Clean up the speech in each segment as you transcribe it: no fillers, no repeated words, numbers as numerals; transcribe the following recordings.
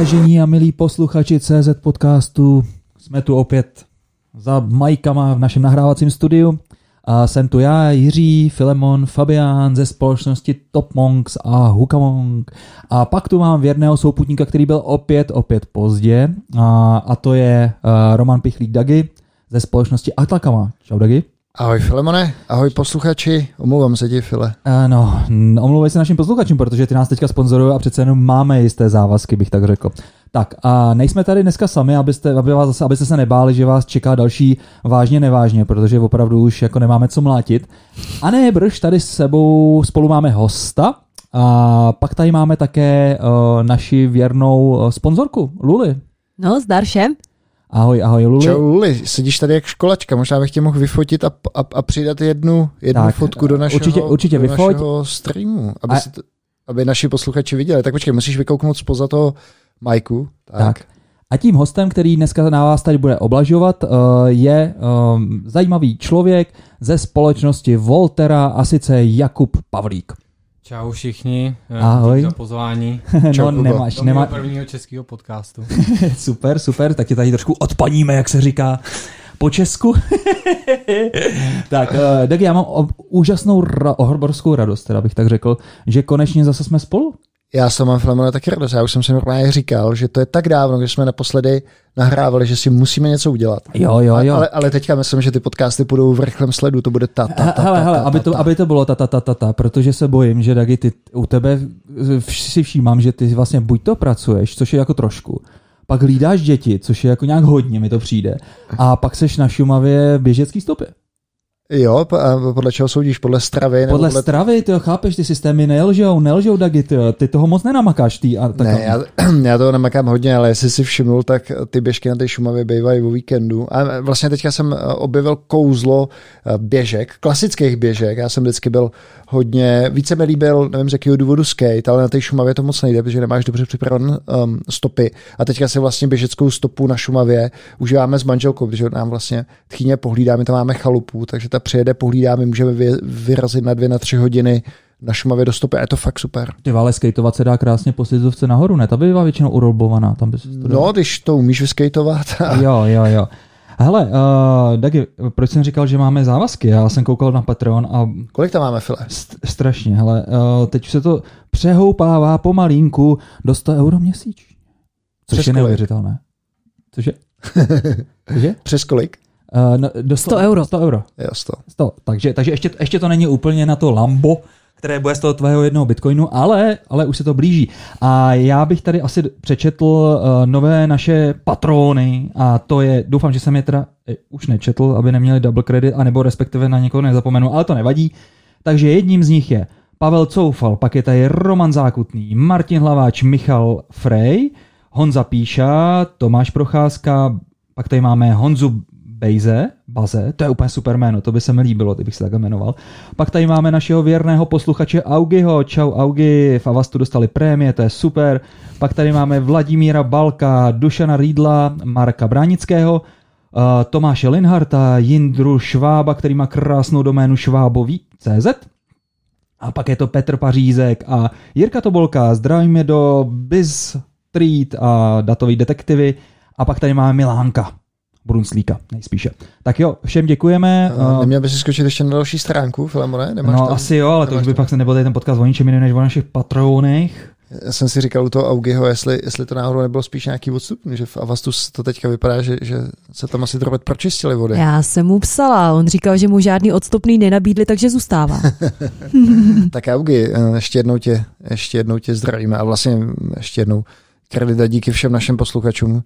Vážení a milí posluchači CZ podcastu, jsme tu opět za majkama v našem nahrávacím studiu a jsem tu já, Jiří, Filemon, Fabián ze společnosti Top Monks a Hukamong. A pak tu mám věrného souputníka, který byl opět pozdě a to je Roman Pichlík Dagi ze společnosti Atlakama. Čau Dagi. Ahoj Filemone, ahoj posluchači, omlouvám se ti, File. No, omlouvej se našim posluchačům, protože ty nás teďka sponzorují a přece jenom máme jisté závazky, bych tak řekl. Tak a nejsme tady dneska sami, abyste se nebáli, že vás čeká další vážně nevážně, protože opravdu už jako nemáme co mlátit. A ne, brž, tady s sebou spolu máme hosta a pak tady máme také naši věrnou sponzorku, Luli. No, zdar všem. Ahoj Luli. Čau Luli, sedíš tady jak školačka, možná bych tě mohl vyfotit a přidat jednu fotku do našeho, určitě do našeho streamu, aby naši posluchači viděli. Tak počkej, musíš vykouknout spoza toho majku. Tak. A tím hostem, který dneska na vás tady bude oblažovat, je zajímavý člověk ze společnosti Voltera a sice Jakub Pavlík. Čau všichni, ahoj. Díky za pozvání. No nemáš. Prvního českého podcastu. Super, tak tě tady trošku odpaníme, jak se říká po česku. Tak, Dagi, já mám úžasnou obrovskou radost, teda bych tak řekl, že konečně zase jsme spolu. Já jsem mám Filemone taky radost, já už jsem si normálně říkal, že to je tak dávno, když jsme naposledy nahrávali, že si musíme něco udělat. Jo. Ale teďka myslím, že ty podcasty půjdou v rychlém sledu, to bude aby to bylo protože se bojím, že Dagi, ty u tebe si všímám, že ty vlastně buď to pracuješ, což je jako trošku, pak hlídáš děti, což je jako nějak hodně, mi to přijde, a pak seš na Šumavě běžecký stopě. Jo, a podle čeho soudíš? Podle stravy? Podle stravy, ty chápeš, ty systémy nelžou Dagi, ty toho moc nenamakáš. Ne, já toho namakám hodně, ale jestli si všimnul, tak ty běžky na té Šumavě bývají o víkendu. A vlastně teďka jsem objevil kouzlo běžek, klasických běžek. Já jsem vždycky byl více mi líbil, nevím z jakého důvodu skate, ale na té Šumavě to moc nejde, protože nemáš dobře připravené stopy. A teďka si vlastně běžeckou stopu na Šumavě užíváme s manželkou, protože nám vlastně tchýně pohlídá, my tam máme chalupu, takže ta přijede, pohlídá, my můžeme vyrazit na 2-3 hodiny na Šumavě do stopy a je to fakt super. Ty vále, skateovat se dá krásně po Slizovce nahoru, ne? Ta bývá většinou urolbovaná. Tam by no, když to umíš vyskateovat. Jo. Hele, Dagi, proč jsem říkal, že máme závazky? Já jsem koukal na Patreon a... Kolik tam máme, File? Strašně, hele. Teď se to přehoupává pomalinku do 100 euro měsíčně. Což je neuvěřitelné. Cože? Přes kolik? Do 100 euro. 100 euro. Jo, 100. Takže ještě to není úplně na to Lambo, které bude z toho tvého jednoho bitcoinu, ale už se to blíží. A já bych tady asi přečetl nové naše patrony a to je, doufám, že jsem je teda už nečetl, aby neměli double credit, anebo respektive na někoho nezapomenu, ale to nevadí. Takže jedním z nich je Pavel Coufal, pak je tady Roman Zákutný, Martin Hlaváč, Michal Frej, Honza Píša, Tomáš Procházka, pak tady máme Honzu Baze, to je úplně super jméno, to by se mi líbilo, kdybych se takhle jmenoval. Pak tady máme našeho věrného posluchače Augiho, čau Augi, v Avastu dostali prémie, to je super. Pak tady máme Vladimíra Balka, Dušana Rýdla, Marka Bránického, Tomáše Linharta, Jindru Švába, který má krásnou doménu švábový.cz. A pak je to Petr Pařízek a Jirka Tobolka, zdravíme do Biz Street a datový detektivy. A pak tady máme Milánka Brunslíka, nejspíše. Tak jo, všem děkujeme. Neměl bys si skočit ještě na další stránku, Filemone? Asi jo, ale to už by pak se nebyl ten podcast o ničem jiném než o našich patronech. Já jsem si říkal u toho Augiho, jestli to náhodou nebylo spíš nějaký odstup, že v Avastu to teďka vypadá, že se tam asi trochu pročistily vody. Já jsem mu psala, on říkal, že mu žádný odstupný nenabídli, takže zůstává. Tak Augi, ještě jednou tě zdravíme a vlastně ještě jednou kredit a díky všem našim posluchačům,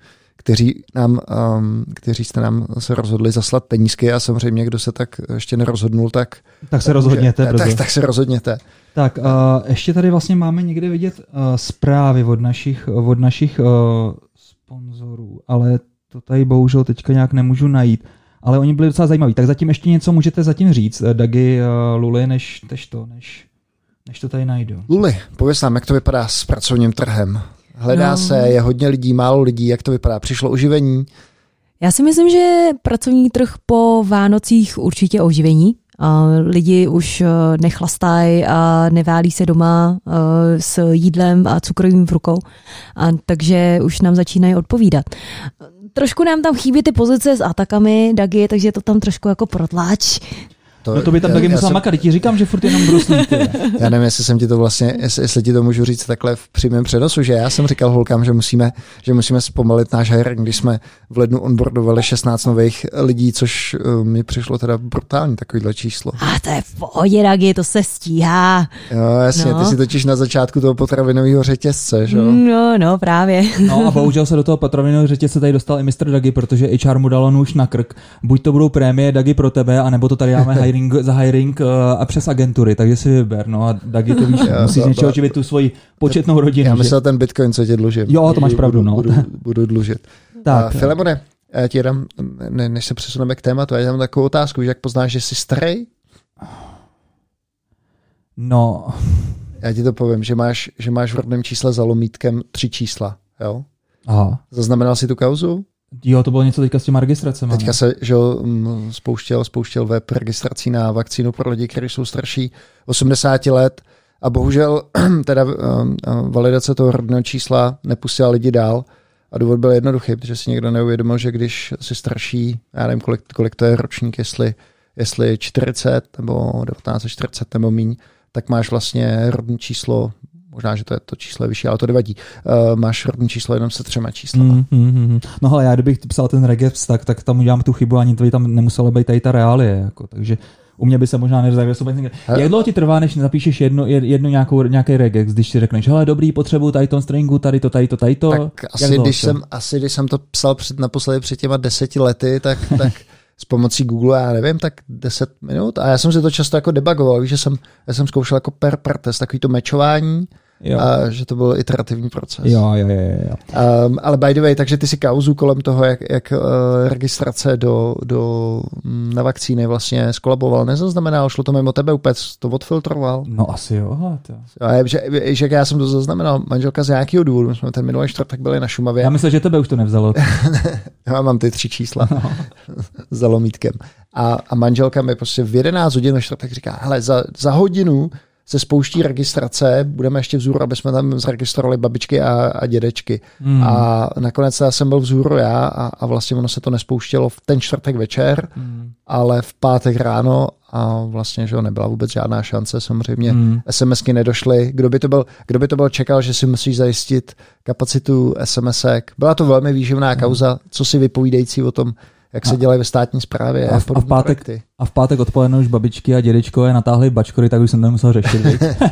kteří jste nám se rozhodli zaslat penízky a samozřejmě, kdo se tak ještě nerozhodnul, tak se rozhodněte. Tak se rozhodněte. Tak ještě tady vlastně máme někde vidět zprávy od našich sponzorů, ale to tady bohužel teďka nějak nemůžu najít. Ale oni byli docela zajímaví. Tak zatím ještě něco můžete zatím říct, Dagi, Luli, než to tady najdu. Luli, pověz nám, jak to vypadá s pracovním trhem. Hledá se, je hodně lidí, málo lidí, jak to vypadá? Přišlo oživení? Já si myslím, že pracovní trh po Vánocích určitě oživení. Lidi už nechlastají a neválí se doma s jídlem a cukrovým v rukou, takže už nám začínají odpovídat. Trošku nám tam chybí ty pozice s atakami, Dagi, takže to tam trošku jako protláč. To by tam taky musela makat, ti říkám, že furt jenom bruslí. Já nevím, jestli jsem ti to vlastně, jestli ti to můžu říct takhle v přímém přenosu, že já jsem říkal holkám, že musíme zpomalit náš hiring, když jsme v lednu onboardovali 16 nových lidí, což mi přišlo teda brutální takovýhle číslo. A to je v pohodě, Dagi, to se stíhá. Jo, jasně, ty jsi totiž na začátku toho potravinového řetězce, že jo? No, právě. No a bohužel se do toho potravinového řetězce tady dostal i Mr. Dagi, protože HR mu dalo nůž na krk. Buď to budou prémie Dagi pro tebe, anebo to tady dáme za hiring a přes agentury, takže si vyber. No a Dagi, to víš, musíš něčeho živit tu svoji početnou rodinu. Já myslel ten Bitcoin, co tě dlužím. Jo, to máš pravdu, no. Budu dlužit. Tak, Filemone, já ti dám, než se přesuneme k tématu, já dám takovou otázku, že jak poznáš, že jsi starý? No. Já ti to povím, že máš v rodném čísle za lomítkem 3 čísla, jo? Aha. Zaznamenal jsi tu kauzu? Jo, to bylo něco teďka s těma registracemi. Teďka se že spouštěl web registrací na vakcínu pro lidi, kteří jsou starší 80 let a bohužel teda validace toho rodného čísla nepustila lidi dál a důvod byl jednoduchý, protože si někdo neuvědomil, že když jsi starší, já nevím, kolik to je ročník, jestli 40 nebo 1940 nebo míň, tak máš vlastně rodné číslo. Možná, že to číslo je vyšší, ale to nevadí. Máš rodné číslo jenom se 3 číslama. No ale já kdybych psal ten regec, tak tam udělám tu chybu, ani to tam nemuselo být tady ta reálie. Jako, takže u mě by se možná nezavěsoval. Jak dlouho ti trvá, než napíšeš jednu nějaký regec, když si řekneš, hele, dobrý, potřebuji tady tom stringu, tady to. Tak asi když jsem to psal naposledy před těma 10 lety, tak s pomocí Google, já nevím, tak 10 minut. A já jsem si to často jako debugoval, víš, že jsem zkoušel jako per test, takový to mečování, a že to byl iterativní proces. Jo. Ale by the way, takže ty si kauzu kolem toho, jak registrace na vakcíny vlastně skolaboval, nezaznamenal, šlo to mimo tebe, úplně to odfiltroval? No asi jo. Že já jsem to zaznamenal, manželka z nějakého důvodu, my jsme ten minulý čtvrtek byli na Šumavě. Já myslím, že tebe už to nevzalo. Já mám ty 3 čísla za lomítkem. A manželka mi prostě v 11 hodin ve čtvrtek říká, hele, za hodinu se spouští registrace, budeme ještě vzhůru, aby jsme tam zaregistrovali babičky a dědečky. A nakonec já jsem byl vzhůru já a vlastně ono se to nespouštělo v ten čtvrtek večer, ale v pátek ráno a vlastně, že nebyla vůbec žádná šance, samozřejmě SMSky nedošly. Kdo by to byl čekal, že si musíš zajistit kapacitu SMSek. Byla to velmi výživná kauza, co si vypovídající o tom, jak se dělají ve státní správě. A v pátek odpoledne už babičky a dědečkové natáhli bačkory, tak už jsem to nemusel řešit.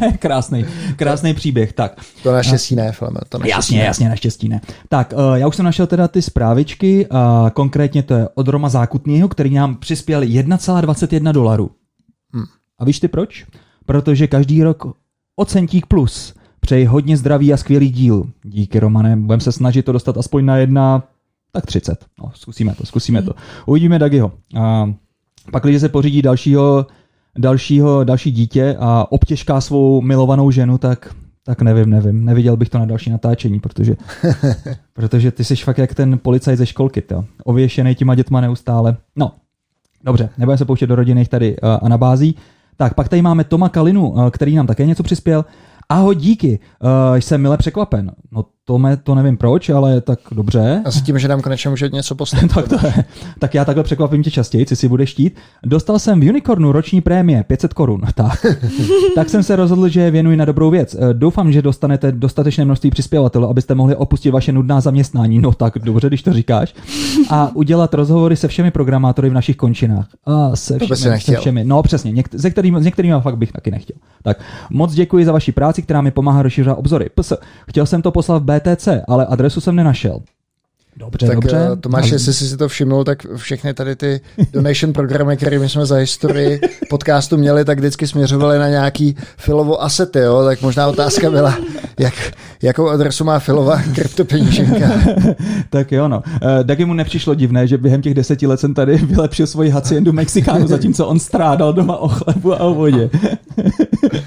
Krásný příběh. Tak. To naštěstí ne, Filme. Jasně, naštěstí ne. Tak, já už jsem našel teda ty zprávičky, konkrétně to je od Roma Zákutního, který nám přispěl $1,21. A víš ty proč? Protože každý rok o centík plus přeji hodně zdraví a skvělý díl. Díky, Romane, budeme se snažit to dostat aspoň na 30. No, zkusíme to. Uvidíme Dagiho. Pak, když se pořídí další dítě a obtěžká svou milovanou ženu, tak nevím. Neviděl bych to na další natáčení, protože ty jsi fakt jak ten policajt ze školky, ověšený těma dětma neustále. No, dobře, nebudeme se pouštět do rodinných tady anabází. Tak, pak tady máme Toma Kalinu, který nám také něco přispěl. Ahoj, díky, jsem mile překvapen. No to nevím proč, ale tak dobře. Asi tím, že nám konečně může něco poslat. Tak já takhle překvapím tě častěji, si budeš štít. Dostal jsem v Unicornu roční prémie 500 korun. Tak jsem se rozhodl, že je věnuji na dobrou věc. Doufám, že dostanete dostatečné množství přispěvatelů, abyste mohli opustit vaše nudná zaměstnání. No tak dobře, když to říkáš. A udělat rozhovory se všemi programátory v našich končinách. A se všemi. No přesně, s některými fakt bych taky nechtěl. Tak moc děkuji za vaši práci, která mi pomáhá rozšiřovat obzory. Chtěl jsem to poslat v BTC, ale adresu jsem nenašel. Dobře. Tomáš, jestli jsi si to všimnul, tak všechny tady ty donation programy, které jsme za historii podcastu měli, tak vždycky směřovaly na nějaký Filovo asety, jo? Tak možná otázka byla, jakou adresu má Filova kryptopeníženka. Tak jo, no. Dagi mu nepřišlo divné, že během těch 10 let jsem tady vylepšil svoji haciendu Mexikánu, zatímco on strádal doma o chlebu a o vodě.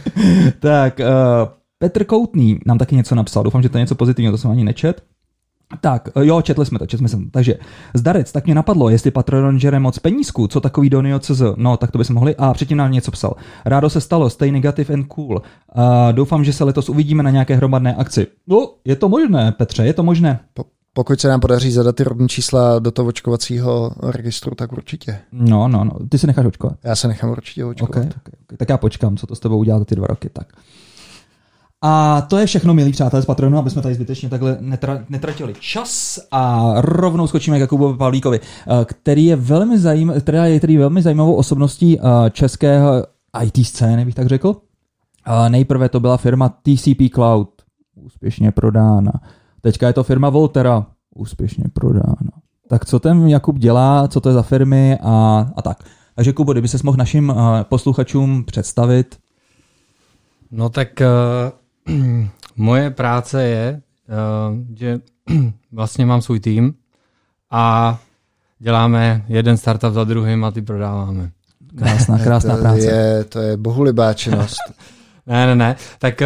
Tak, Petr Koutný nám taky něco napsal. Doufám, že to je něco pozitivního, to jsem ani nečet. Tak, jo, četli jsme to. Takže zdarec, tak mě napadlo, jestli Patreon žere moc penízku, co takový Donio CZ, no tak to bychom mohli. A předtím nám něco psal. Rádo se stalo, stay negative and cool. Doufám, že se letos uvidíme na nějaké hromadné akci. No, je to možné, Petře, je to možné. Pokud se nám podaří zadat ty rodní čísla do toho očkovacího registru, tak určitě. No, ty se necháš očkovat. Já se nechám určitě očkovat. Okay. Tak já počkám, co to s tebou udělá za ty 2 roky, tak. A to je všechno, milí přátelé z Patronu, aby jsme tady zbytečně takhle netratili čas a rovnou skočíme k Jakubovi Pavlíkovi, který je velmi zajímavou osobností českého IT scény, bych tak řekl. Nejprve to byla firma TCP Cloud, úspěšně prodána. Teďka je to firma Voltera, úspěšně prodána. Tak co ten Jakub dělá, co to je za firmy a tak. Takže Kubo, kdyby ses mohl našim posluchačům představit. No tak moje práce je, že vlastně mám svůj tým a děláme jeden startup za druhým a ty prodáváme. Krásná práce. To je bohulibá činnost. Ne. Tak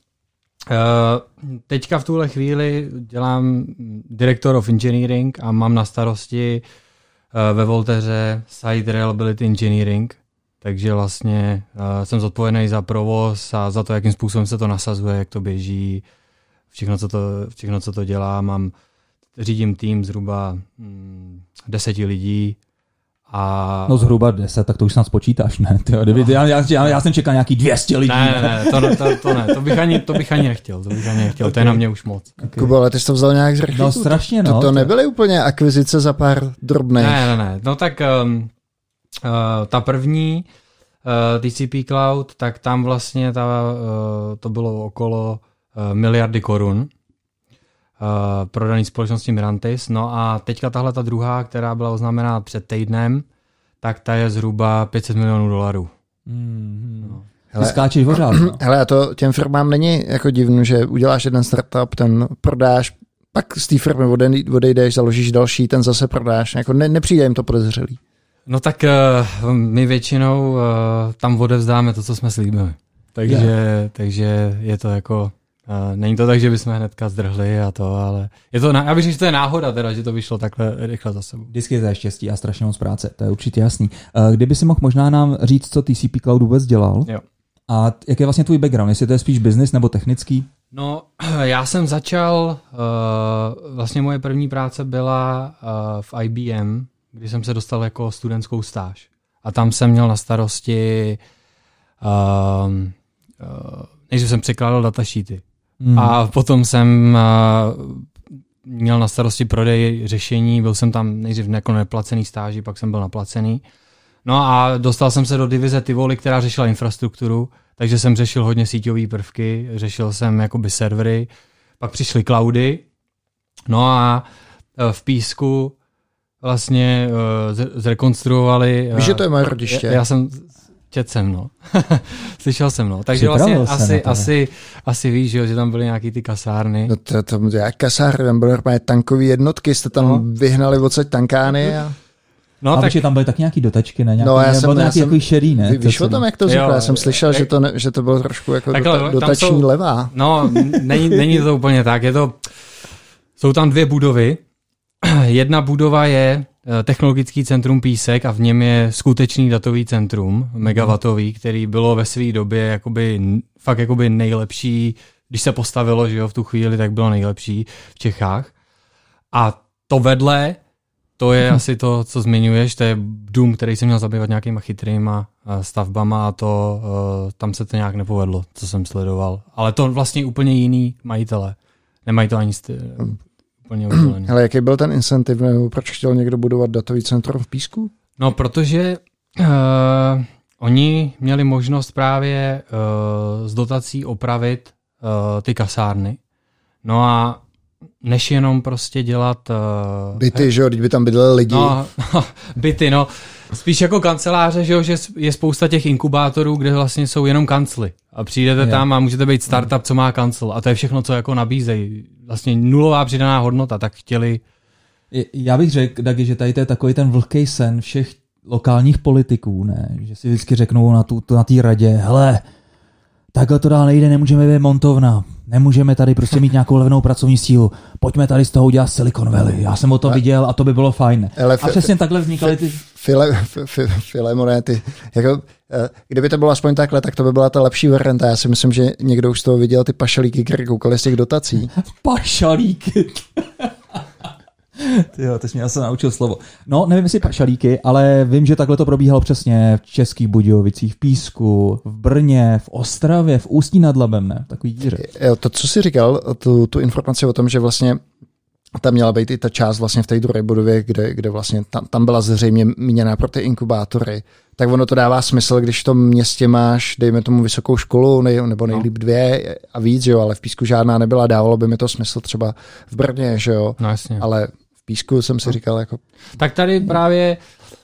teďka v tuhle chvíli dělám Director of Engineering a mám na starosti ve Volteře Site Reliability Engineering, takže vlastně jsem zodpovědný za provoz a za to, jakým způsobem se to nasazuje, jak to běží, všechno, co to dělá. Řídím tým zhruba 10 lidí. No zhruba 10, tak to už snad spočítáš, ne? Já jsem čekal nějaký 200 lidí. Ne, to ne, to bych ani nechtěl, okay. To je na mě už moc. Okay. Kubo, ale ty jsi to vzal nějak z rychlíku? No strašně, no. To nebyly úplně akvizice za pár drobných. Ne, no tak ta první TCP Cloud, tak tam vlastně to bylo okolo miliardy korun. Prodaný společnosti Mirantis. No a teďka tahle ta druhá, která byla oznámená před týdnem, tak ta je zhruba $500 milionů. No. Ty skáčeš pořád. No. Hele, a to těm firmám není jako divný, že uděláš jeden startup, ten prodáš, pak z té firmy odejdeš, založíš další, ten zase prodáš. Jako nepřijde jim to podezřelý. No tak my většinou tam odevzdáme to, co jsme slíbili. Takže je to jako... Není to tak, že bychom hnedka zdrhli a to, ale je to, já bych řekl, že to je náhoda teda, že to vyšlo takhle rychle za sebou. Vždycky je to štěstí a strašně moc práce, to je určitě jasný. Kdyby si mohl možná nám říct, co TCP Cloud vůbec dělal? Jo. A jak je vlastně tvůj background, jestli to je spíš business nebo technický? No, já jsem začal, vlastně moje první práce byla v IBM, kdy jsem se dostal jako studentskou stáž. A tam jsem měl na starosti, než jsem překládal datasheety. A potom jsem měl na starosti prodej řešení, byl jsem tam nejdřív jako neplacený stáži, pak jsem byl naplacený. No a dostal jsem se do divize Tivoli, která řešila infrastrukturu, takže jsem řešil hodně síťové prvky, řešil jsem jakoby servery, pak přišly cloudy, no a v Písku vlastně zrekonstruovali... Víš, že to je moje rodiště. Já jsem... Četl jsem, no. Slyšel jsem, no. Takže vlastně asi víš, že tam byly nějaký ty kasárny. No to jak kasárny, tam byly normálně tankové jednotky, jste tam vyhnali odsaď tankány a... No, a tak tam byly tak nějaký dotačky, ne? Nějaký, já jsem takový šerý, ne? Víš o tom, jak to říkal? Já jsem slyšel, že to bylo trošku jako dotační levá. No, není to úplně tak. Jsou tam 2 budovy. Jedna budova je technologický centrum Písek a v něm je skutečný datový centrum, megawatový, který bylo ve své době fakt nejlepší, když se postavilo, že jo, v tu chvíli, tak bylo nejlepší v Čechách. A to vedle, to je asi to, co zmiňuješ, to je dům, který se měl zabývat nějakýma chytrýma stavbama a tam se to nějak nepovedlo, co jsem sledoval. Ale to vlastně úplně jiný majitele. Nemají to ani úplně udělený. Ale jaký byl ten incentiv, nebo proč chtěl někdo budovat datový centrum v Písku? No, protože oni měli možnost právě z dotací opravit ty kasárny. No a než jenom prostě dělat... byty, že jo, když by tam bydleli lidi. No, byty, no. Spíš jako kanceláře, že jo, že je spousta těch inkubátorů, kde vlastně jsou jenom kancly. A přijdete tam a můžete být startup, co má kancel. A to je všechno, co jako nabízejí. Vlastně nulová přidaná hodnota, tak chtěli... Já bych řekl, Dagi, že tady to je takový ten vlhký sen všech lokálních politiků, ne? Že si vždycky řeknou na té radě, hele, takhle to dál nejde, nemůžeme být montovna. nemůžeme tady prostě mít nějakou levnou pracovní sílu, pojďme tady z toho udělat Silicon Valley. Já jsem o to viděl a to by bylo fajn. A přesně takhle vznikaly ty... Filemone, ty, jako, kdyby to bylo aspoň takhle, tak to by byla ta lepší varianta. Já si myslím, že někdo už z toho viděl ty pašalíky, které koukali z těch dotací. Pašalíky. Tyjo, teď mě se naučil slovo. No, nevím, jestli pašalíky, ale vím, že takhle to probíhalo přesně v Českých Budějovicích, v Písku, v Brně, v Ostravě, v Ústí nad Labem, ne? Takový díře. Jo, to, co jsi říkal, tu informaci o tom, že vlastně tam měla být i ta část vlastně v té druhé budově, kde vlastně tam byla zřejmě míněná pro ty inkubátory, tak ono to dává smysl, když v tom městě máš, dejme tomu vysokou školu, nebo nejlíp 2 a víc, jo, ale v Písku žádná nebyla, dávalo by mi to smysl třeba v Brně, že jo, no, jasně. Ale v Písku jsem si říkal jako... Tak tady právě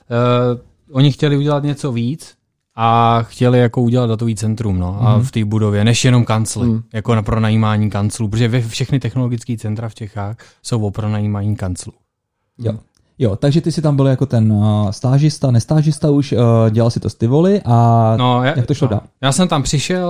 oni chtěli udělat něco víc a chtěli jako udělat datový centrum, no, a v té budově, než jenom kancly, jako na pronajímání kanclů, protože všechny technologické centra v Čechách jsou o pronajímání kanclů. Jo, takže ty jsi tam byl jako ten stážista, nestážista už, dělal si to z Tivoli a jak to šlo dál? Já jsem tam přišel a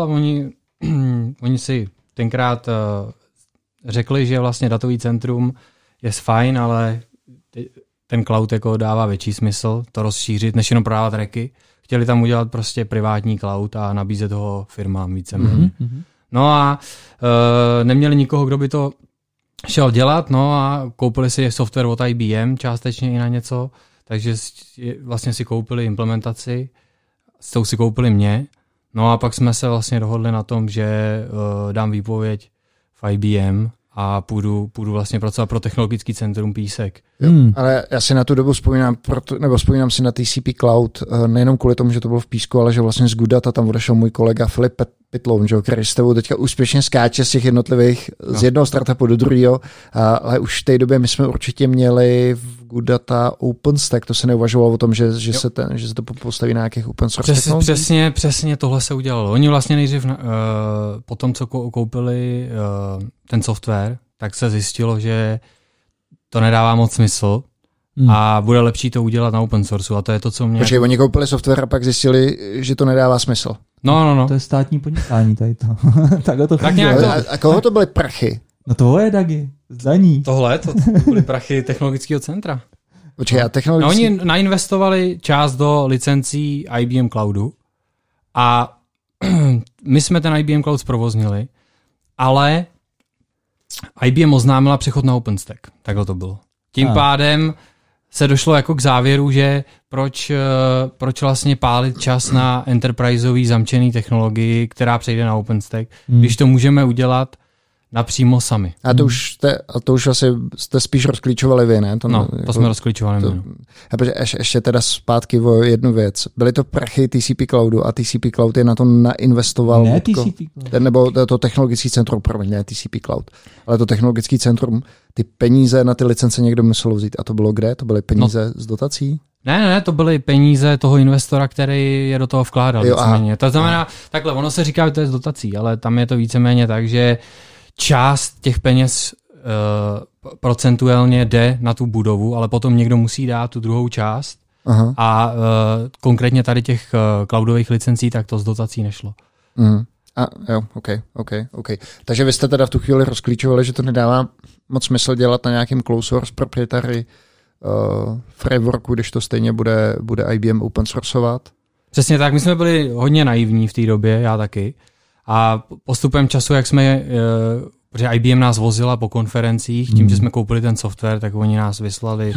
oni si tenkrát řekli, že vlastně datový centrum je fajn, ale ten cloud jako dává větší smysl to rozšířit, než jenom prodávat reky. Chtěli tam udělat prostě privátní cloud a nabízet ho firmám víceméně. No a neměli nikoho, kdo by to šel dělat, no a koupili si software od IBM částečně i na něco, takže vlastně si koupili implementaci, s tou si koupili mě, no a pak jsme se vlastně dohodli na tom, že dám výpověď v IBM a půjdu vlastně pracovat pro technologický centrum Písek. Ale já si na tu dobu vzpomínám si na TCP Cloud, nejenom kvůli tomu, že to bylo v Písku, ale že vlastně z Goodata tam odešel můj kolega Filip Pitloun, který s tebou teďka úspěšně skáče z těch jednotlivých, z jednoho startupu do druhého, ale už v té době my jsme určitě měli v Goodata OpenStack, to se neuvažovalo o tom, že se to postaví na nějakých open source technologiích. Přesně tohle se udělalo. Oni vlastně nejdřív po tom, co koupili ten software, tak se zjistilo, že to nedává moc smysl a bude lepší to udělat na open source a to je to, co mě... Protože oni koupili software a pak zjistili, že to nedává smysl. No. To je státní podnikání tady to. Takhle to funguje. A koho to byly prachy? No tvoje, Dagi, zdaní. Tohle, to byly prachy technologického centra. Počkej, a technologický... Oni nainvestovali část do licencí IBM Cloudu a my jsme ten IBM Cloud zprovoznili, ale IBM oznámila přechod na OpenStack. Takhle to bylo. Tím pádem se došlo jako k závěru, že proč vlastně pálit čas na enterpriseový zamčený technologii, která přejde na OpenStack, když to můžeme udělat napřímo sami. A to už asi jste spíš rozklíčovali vy, ne? To jsme rozklíčovali. Ještě teda zpátky o jednu věc. Byly to prachy TCP Cloudu a TCP Cloud je na to nainvestoval. Ne TCP Cloud. Nebo to technologický centrum, ne TCP Cloud, ale to technologický centrum, ty peníze na ty licence někdo musel vzít. A to bylo kde? To byly peníze z dotací? Ne, to byly peníze toho investora, který je do toho vkládal. To znamená, takhle, ono se říká, že to je z dotací, ale tam je to víceméně tak, že část těch peněz procentuálně jde na tu budovu, ale potom někdo musí dát tu druhou část. Aha. A konkrétně tady těch cloudových licencí, tak to z dotací nešlo. A jo, OK. Takže vy jste teda v tu chvíli rozklíčovali, že to nedává moc smysl dělat na nějakým closed source proprietary frameworku, když to stejně bude IBM open sourceovat? Přesně tak, my jsme byli hodně naivní v té době, já taky. A postupem času, jak jsme, protože IBM nás vozila po konferencích, tím, že jsme koupili ten software, tak oni nás vyslali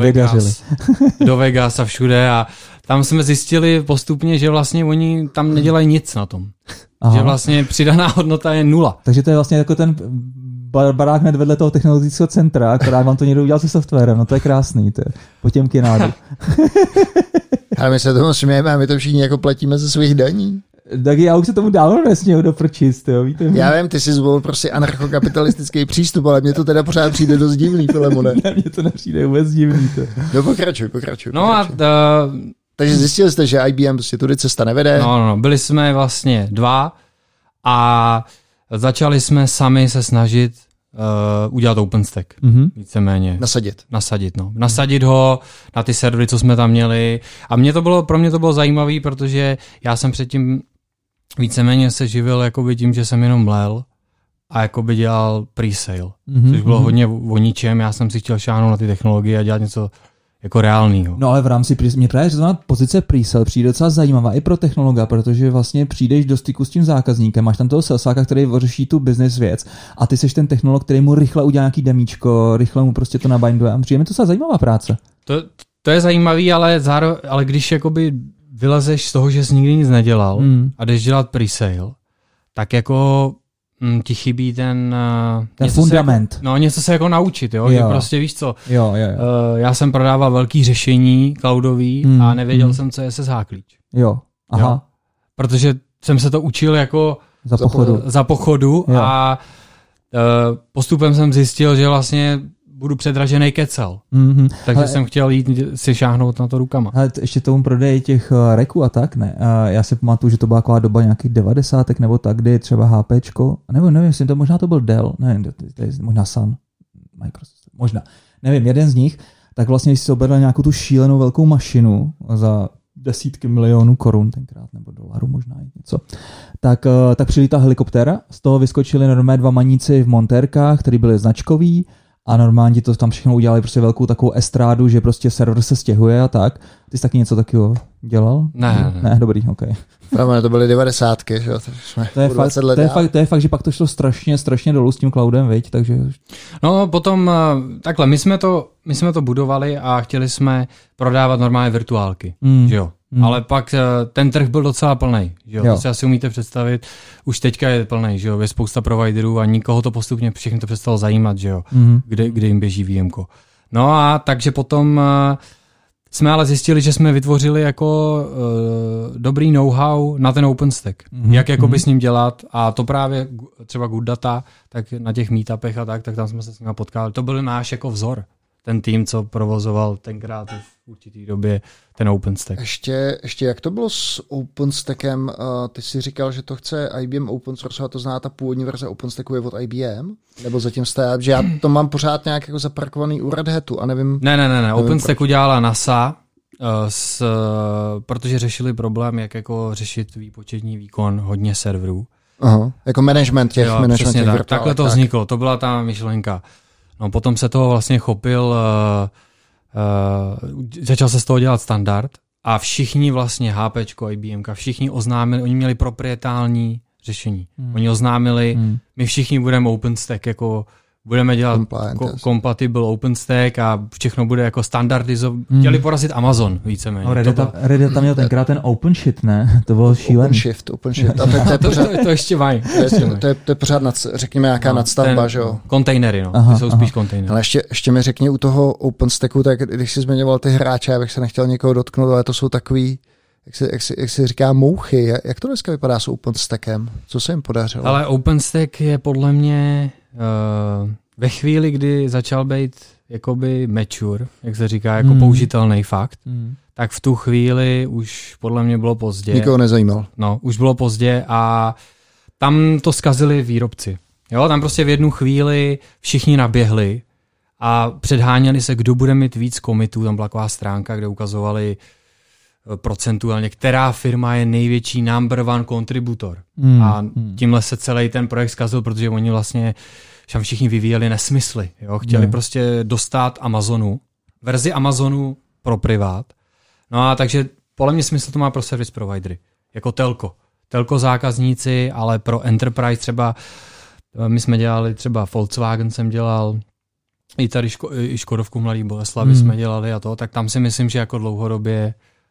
do Vegas a všude a tam jsme zjistili postupně, že vlastně oni tam nedělají nic na tom. Aha. Že vlastně přidaná hodnota je 0. Takže to je vlastně jako ten barák hned vedle toho technologického centra, akorát vám to někdo udělal se softwarem, no to je krásný, to je Potěmky nádu. Ale my se tomu smějeme a my to všichni jako platíme ze svých daní. Tak já už se tomu dávno nesměl doprčist, jo, víte? Já vím, ty jsi zvolil prostě anarchokapitalistický přístup, ale mně to teda pořád přijde dost divný, Filemone. Ne, mně to nepřijde vůbec divný. To. No pokračuj. No takže zjistili jste, že IBM prostě tudy cesta nevede? No, byli jsme vlastně 2 a začali jsme sami se snažit udělat OpenStack, víceméně. Nasadit ho na ty servery, co jsme tam měli. A pro mě to bylo zajímavé, protože já jsem předtím víceméně se živil jakoby tím, že jsem jenom mlel a jakoby dělal pre-sale, což bylo hodně o ničem, já jsem si chtěl šáhnout na ty technologie a dělat něco jako reálného. No ale v rámci mě právě řezona pozice pre-sale přijde docela zajímavá i pro technologa, protože vlastně přijdeš do styku s tím zákazníkem, máš tam toho salesáka, který řeší tu business věc a ty seš ten technolog, který mu rychle udělá nějaký demíčko, rychle mu prostě to nabinduje a přijde mi to docela zajímavá práce. To je zajímavý, ale když jakoby vylezeš z toho, že jsi nikdy nic nedělal a jdeš dělat pre-sale, tak jako ti chybí ten fundament. Něco se jako naučit, jo? Že prostě víš co. Jo. Já jsem prodával velký řešení cloudový a nevěděl jsem, co je SSH klíč. Jo, aha. Jo? Protože jsem se to učil jako za pochodu a postupem jsem zjistil, že vlastně budu předražený kecel. Takže jsem chtěl jít si šáhnout na to rukama. Ale ještě tomu prodeji těch reků a tak, ne? Já si pamatuju, že to byla taková doba nějakých 90. nebo tak, kdy třeba HPčko, nevím, možná to byl Dell, nevím, to je možná Sun, Microsoft, možná, nevím, jeden z nich, tak vlastně, když si objednal nějakou tu šílenou velkou mašinu za desítky milionů korun tenkrát, nebo dolarů možná něco, tak přilítá helikoptéra, z toho vyskočili normálně 2 maníci v montérkách, který byli značkový, a normálně to tam všechno udělali prostě velkou takovou estrádu, že prostě server se stěhuje a tak. Ty jsi taky něco takového dělal? Ne, dobrý, ok. Právě to byly 90, že jo? To je fakt, že pak to šlo strašně dolů s tím cloudem, viď? Takže... No potom takhle, my jsme to budovali a chtěli jsme prodávat normálně virtuálky, že jo? Ale pak ten trh byl docela plnej, že jo? To si asi umíte představit, už teďka je plnej, že jo? Je spousta providerů a nikoho to postupně všechny to přestalo zajímat, že jo? Kde jim běží výjimko. No a takže potom jsme ale zjistili, že jsme vytvořili jako dobrý know-how na ten OpenStack, jak jakoby s ním dělat a to právě třeba Good Data, tak na těch meetupech a tak tam jsme se s nimi potkali. To byl náš jako vzor, ten tým, co provozoval tenkrát v určitý době ten OpenStack. Ještě jak to bylo s OpenStackem? Ty jsi říkal, že to chce IBM open source, a to zná ta původní verze OpenStacku je od IBM? Nebo zatím jste, že já to mám pořád nějak jako zaparkovaný u Red Hatu a nevím. Ne. OpenStack udělala NASA, protože řešili problém, jak jako řešit výpočetní výkon hodně serverů. Aha, jako management těch virtuálek. Takhle to vzniklo, to byla ta myšlenka. No potom se toho vlastně chopil, začal se z toho dělat standard a všichni vlastně HPčko, IBMka, všichni oznámili, oni měli proprietální řešení. Oni oznámili, my všichni budeme OpenStack, jako budeme dělat compatible OpenStack a všechno bude jako standardizovat. Chtěli porazit Amazon víceméně. No, Red Hat tam měl tenkrát ten OpenShift, ne? To bylo šílený. OpenShift. To ještě mají. To je pořád, řekněme, nějaká nadstavba, že jo? Kontejnery, ty jsou spíš kontejnery. Ale ještě mi řekni u toho OpenStacku, tak když jsi zmiňoval ty hráče, já bych se nechtěl někoho dotknout, ale to jsou takový, jak se říká, mouchy. Jak to dneska vypadá s OpenStackem? Co se jim podařilo? Ale OpenStack je podle mě ve chvíli, kdy začal být jakoby mature, jak se říká, jako použitelný fakt, tak v tu chvíli už podle mě bylo pozdě. Nikoho nezajímal. No, už bylo pozdě a tam to zkazili výrobci. Jo, tam prostě v jednu chvíli všichni naběhli a předháněli se, kdo bude mít víc commitů. Tam byla taková stránka, kde ukazovali procentuálně, která firma je největší number one kontributor. A tímhle se celý ten projekt zkazil, protože oni vlastně tam všichni vyvíjeli nesmysly. Jo? Chtěli prostě dostat Amazonu, verzi Amazonu pro privát. No a takže podle mě smysl to má pro service providery, jako telko. Telko zákazníci, ale pro enterprise třeba, my jsme dělali třeba Volkswagen jsem dělal, i tady Škodovku Mladý Boleslavi jsme dělali a to, tak tam si myslím, že jako dlouhodobě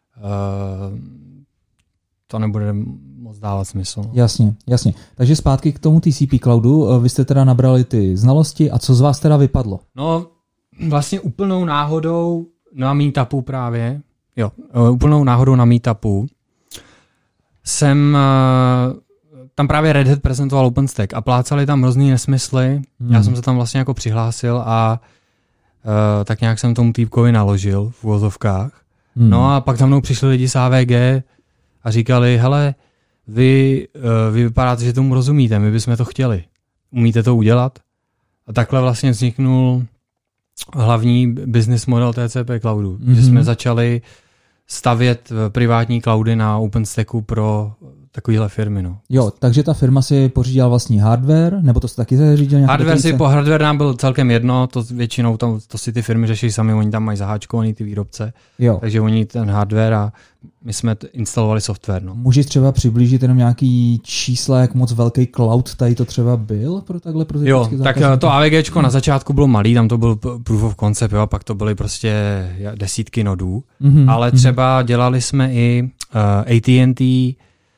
to nebude moc dávat smysl. Jasně. Takže zpátky k tomu TCP cloudu, vy jste teda nabrali ty znalosti a co z vás teda vypadlo? No vlastně úplnou náhodou na meetupu právě, úplnou náhodou na meetupu jsem tam právě Red Hat prezentoval OpenStack a plácali tam hrozný nesmysly. Já jsem se tam vlastně jako přihlásil a tak nějak jsem tomu týpkovi naložil v uvozovkách. No a pak za mnou přišli lidi z AVG a říkali, hele, vy vypadáte, že tomu rozumíte, my bychom to chtěli. Umíte to udělat? A takhle vlastně vzniknul hlavní business model TCP cloudu. Že jsme začali stavět privátní cloudy na OpenStacku pro takovýhle firmy. No. Jo, takže ta firma si pořídila vlastní hardware, nebo to se taky zařídil nějaký Hardware nám byl celkem jedno, to většinou to si ty firmy řeší sami, oni tam mají zaháčkovaný ty výrobce, jo. Takže oni ten hardware a my jsme instalovali software. No. Můžeš třeba přiblížit jenom nějaký čísla, jak moc velký cloud tady to třeba byl pro takhle pro ty jo, tak to AVGčko na začátku bylo malý, tam to byl proof of concept, jo, a pak to byly prostě desítky nodů, ale třeba dělali jsme i AT&T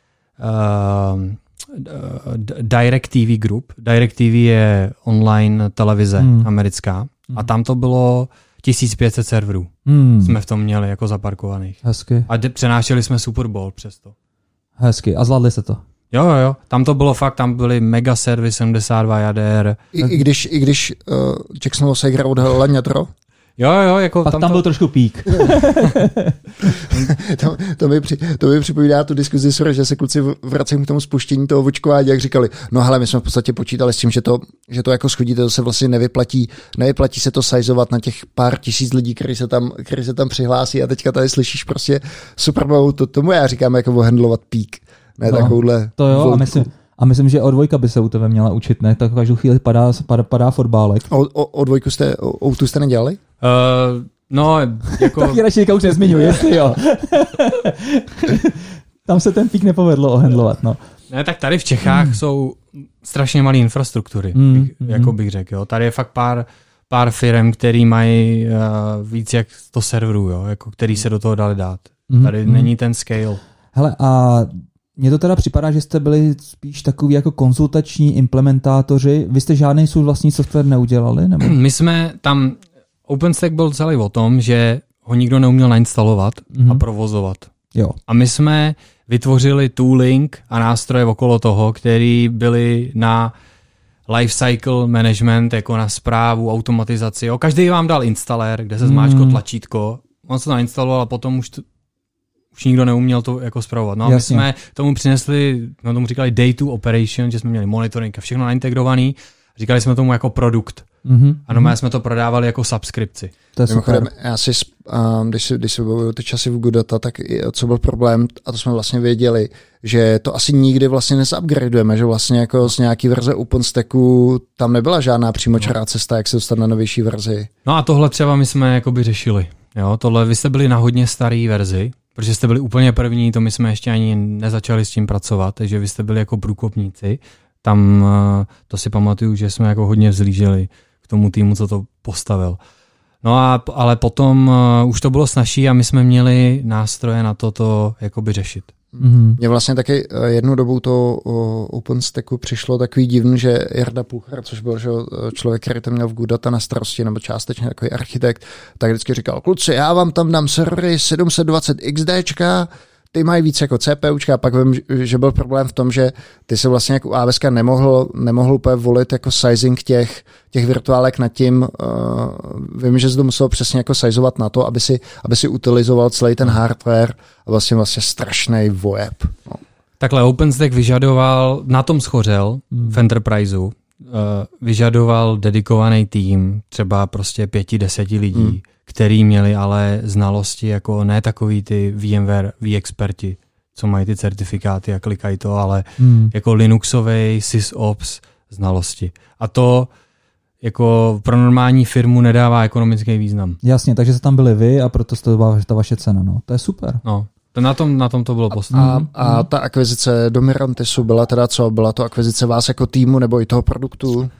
DirecTV Group. DirecTV je online televize americká a tam to bylo 1500 serverů. Jsme v tom měli jako zaparkovaných. Hezky. A přenášeli jsme Super Bowl přes to. Hezky. A zvládli se to? Jo. Tam to bylo fakt, tam byly mega servery 72 jader. I když Jacksonovo Sega odhalila ňatro? Jo, jako pak tam byl trošku pík. to mi připomíná tu diskuzi, že se kluci vracejí k tomu spuštění toho očkování, jak říkali, no hele, my jsme v podstatě počítali s tím, že to jako schodíte, to se vlastně nevyplatí se to sajzovat na těch pár tisíc lidí, kteří se tam přihlásí a teďka tady slyšíš prostě Super Bowl, tomu já říkám jako ohandlovat pík. Ne takovouhle to jo, a myslím, že O2 by se u tebe měla učit, ne? Tak každou chvíli padá fotbálek. O2 jste nedělali? No, jako... Tak ji radši už nezmiňuji, jestli jo. Tam se ten pík nepovedlo ohendlovat, no. Ne, tak tady v Čechách jsou strašně malé infrastruktury, jako bych řekl. Jo. Tady je fakt pár firm, který mají víc jak 100 serverů, jo, jako který se do toho dali dát. Tady není ten scale. Hele, a mně to teda připadá, že jste byli spíš takový jako konzultační implementátoři. Vy jste žádný svůj vlastní software neudělali? Nebo? My jsme tam, OpenStack byl celý o tom, že ho nikdo neuměl nainstalovat a provozovat. Jo. A my jsme vytvořili tooling a nástroje okolo toho, který byly na lifecycle management, jako na správu, automatizaci. Jo. Každý vám dal installer, kde se zmáčklo tlačítko, on se to nainstaloval a potom už nikdo neuměl to jako spravovat. No a my jsme tomu přinesli, no tomu říkali day to operation, že jsme měli monitoring a všechno naintegrovaný. Říkali jsme tomu jako produkt. A my jsme to prodávali jako subskripci. Mimochodem, když se bavuju ty časy v Goodata, tak co byl problém, a to jsme vlastně věděli, že to asi nikdy vlastně nesupgradujeme, že vlastně jako z nějaký verze OpenStacku tam nebyla žádná přímočará cesta, jak se dostat na novější verzi. No a tohle třeba my jsme jakoby řešili. Jo, tohle vy jste byli na hodně starý verzi, protože jste byli úplně první, to my jsme ještě ani nezačali s tím pracovat, takže vy jste byli jako průkopníci. Tam to si pamatuju, že jsme jako hodně vzlíželi k tomu týmu, co to postavil. No ale potom už to bylo snazší a my jsme měli nástroje na to jakoby řešit. Mně vlastně taky jednu dobu to OpenStacku přišlo takový divný, že Jarda Puchar, což byl člověk, který to měl v Goodata na starosti, nebo částečně takový architekt, tak vždycky říkal, kluci, já vám tam dám servery 720 XDčka, ty mají víc jako CPUčka, a pak vím, že byl problém v tom, že ty se vlastně jako AWS nemohl úplně volit jako sizing těch virtuálek nad tím. Vím, že jsi to musel přesně jako sizovat na to, aby si utilizoval celý ten hardware a vlastně strašnej vojeb. No. Takhle OpenStack vyžadoval, na tom schořel v Enterpriseu, vyžadoval dedikovaný tým, třeba prostě 5-10 lidí, který měli ale znalosti jako ne takový ty VMware experti, co mají ty certifikáty a klikají to, ale jako Linuxovej SysOps znalosti. A to jako pro normální firmu nedává ekonomický význam. Jasně, takže se tam byli vy a proto to byla ta vaše cena. No. To je super. No. Na tom to bylo postavené. A ta akvizice do Mirantisu byla teda co? Byla to akvizice vás jako týmu nebo i toho produktu?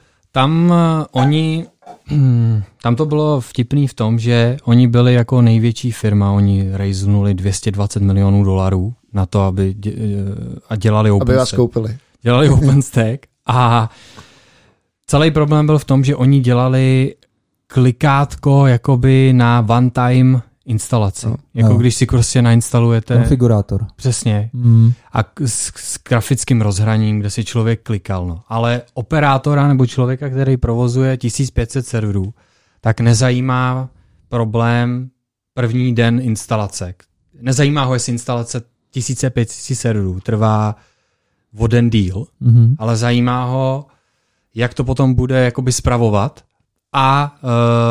Tam to bylo vtipný v tom, že oni byli jako největší firma, oni raiznuli $220 milionů na to, aby dělali OpenStack. Aby vás koupili. Dělali OpenStack a celý problém byl v tom, že oni dělali klikátko jakoby na one-time instalaci. Jako když si prostě nainstalujete konfigurátor. Přesně. A s grafickým rozhraním, kde si člověk klikal. No. Ale operátora nebo člověka, který provozuje 1500 serverů, tak nezajímá problém první den instalace. Nezajímá ho, jestli instalace 1500 serverů trvá o den díl, ale zajímá ho, jak to potom bude jakoby spravovat a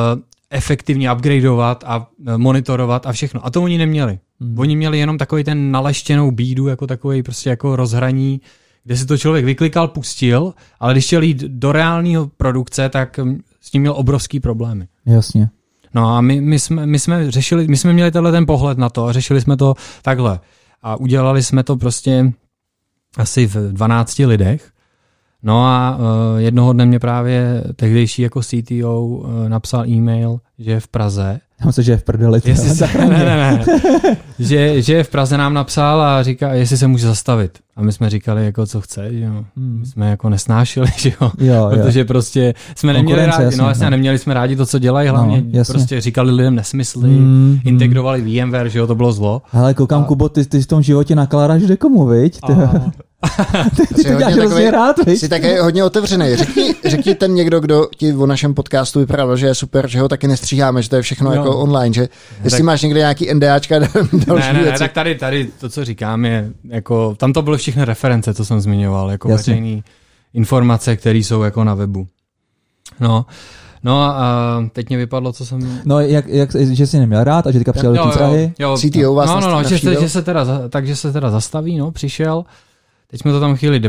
efektivně upgradeovat a monitorovat a všechno. A to oni neměli. Oni měli jenom takový ten naleštěnou bídu, jako takový prostě jako rozhraní, kde si to člověk vyklikal, pustil, ale když chtěl jít do reálného produkce, tak s tím měl obrovský problémy. Jasně. No a my jsme měli tenhle ten pohled na to a řešili jsme to takhle. A udělali jsme to prostě asi v 12 lidech. No a jednoho dne mě právě tehdejší jako CTO napsal e-mail, že je v Praze. Tam se, že je v prdeli. Ne. že je v Praze nám napsal a říká, jestli se může zastavit. A my jsme říkali, jako co chce, že jo. My jsme jako nesnášili, že jo. Protože prostě jsme neměli rádi, jasně, neměli jsme rádi to, co dělají, hlavně prostě říkali lidem nesmysly, integrovali VMware, že jo, to bylo zlo. Hele, koukám, Kubo, ty v tom životě nakládáš dekomu, viď? Ty to děláš hrozně rád, viď? Jsi také hodně otevřený. Řekni ten někdo, kdo ti o našem podcastu vyprávěl, že je super, že ho taky nestříháme, že to je všechno jako online, že jestli máš někde nějaký NDAčka další věci. Ne, tak tady to, co říkám, je jako, tam to byly všechny reference, co jsem zmiňoval, jako veřejné informace, které jsou jako na webu. No a teď mě vypadlo, co jsem... No, že jsi neměl rád a že teďka přijel do té Prahy? CTO vás navštívil? Takže se teda zastaví, přišel. Teď jsme to tam chvíli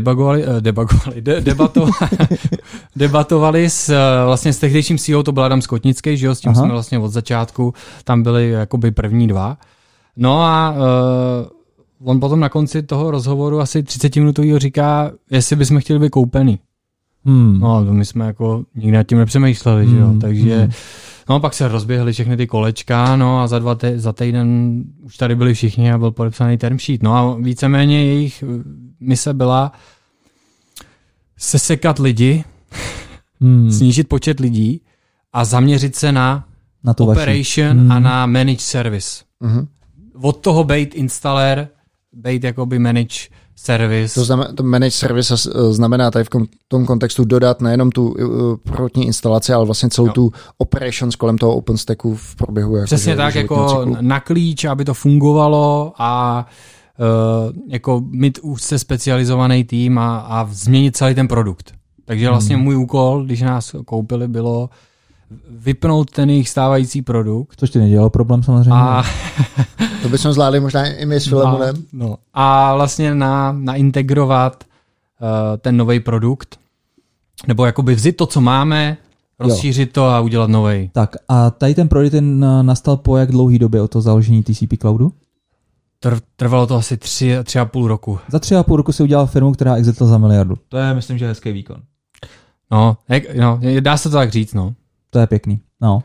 debatovali vlastně s tehdejším CEO, to byl Adam Skotnický, že jo, s tím jsme vlastně od začátku, tam byli jakoby první dva. No a on potom na konci toho rozhovoru asi 30-minutovýho říká, jestli bychom chtěli být koupený. No to my jsme jako nikdy nad tím nepřemýšleli, že jo, takže no pak se rozběhly všechny ty kolečka, no a za týden už tady byli všichni a byl podepsaný term sheet, no a víceméně jejich mise byla sesekat lidi, snížit počet lidí a zaměřit se na operation a na managed service. Od toho bejt installer, bejt jakoby managed service. To managed service znamená tady v tom kontextu dodat nejenom tu prvotní instalaci, ale vlastně celou tu operations kolem toho OpenStacku v průběhu. Jako přesně tak, jako na klíč, aby to fungovalo a jako mít úzce specializovaný tým a změnit celý ten produkt. Takže vlastně můj úkol, když nás koupili, bylo vypnout ten jejich stávající produkt. Což ti nedělalo problém samozřejmě. To bychom zvládli možná i my s Filemonem. A vlastně naintegrovat ten nový produkt, nebo jakoby vzít to, co máme, rozšířit to a udělat novej. Tak a tady ten projekt nastal po jak dlouhý době od toho založení TCP Cloudu? Trvalo to asi 3,5 roku. Za 3,5 roku si udělal firmu, která exitla za miliardu. To je, myslím, že hezký výkon. No, dá se to tak říct, no. To je pěkný, no.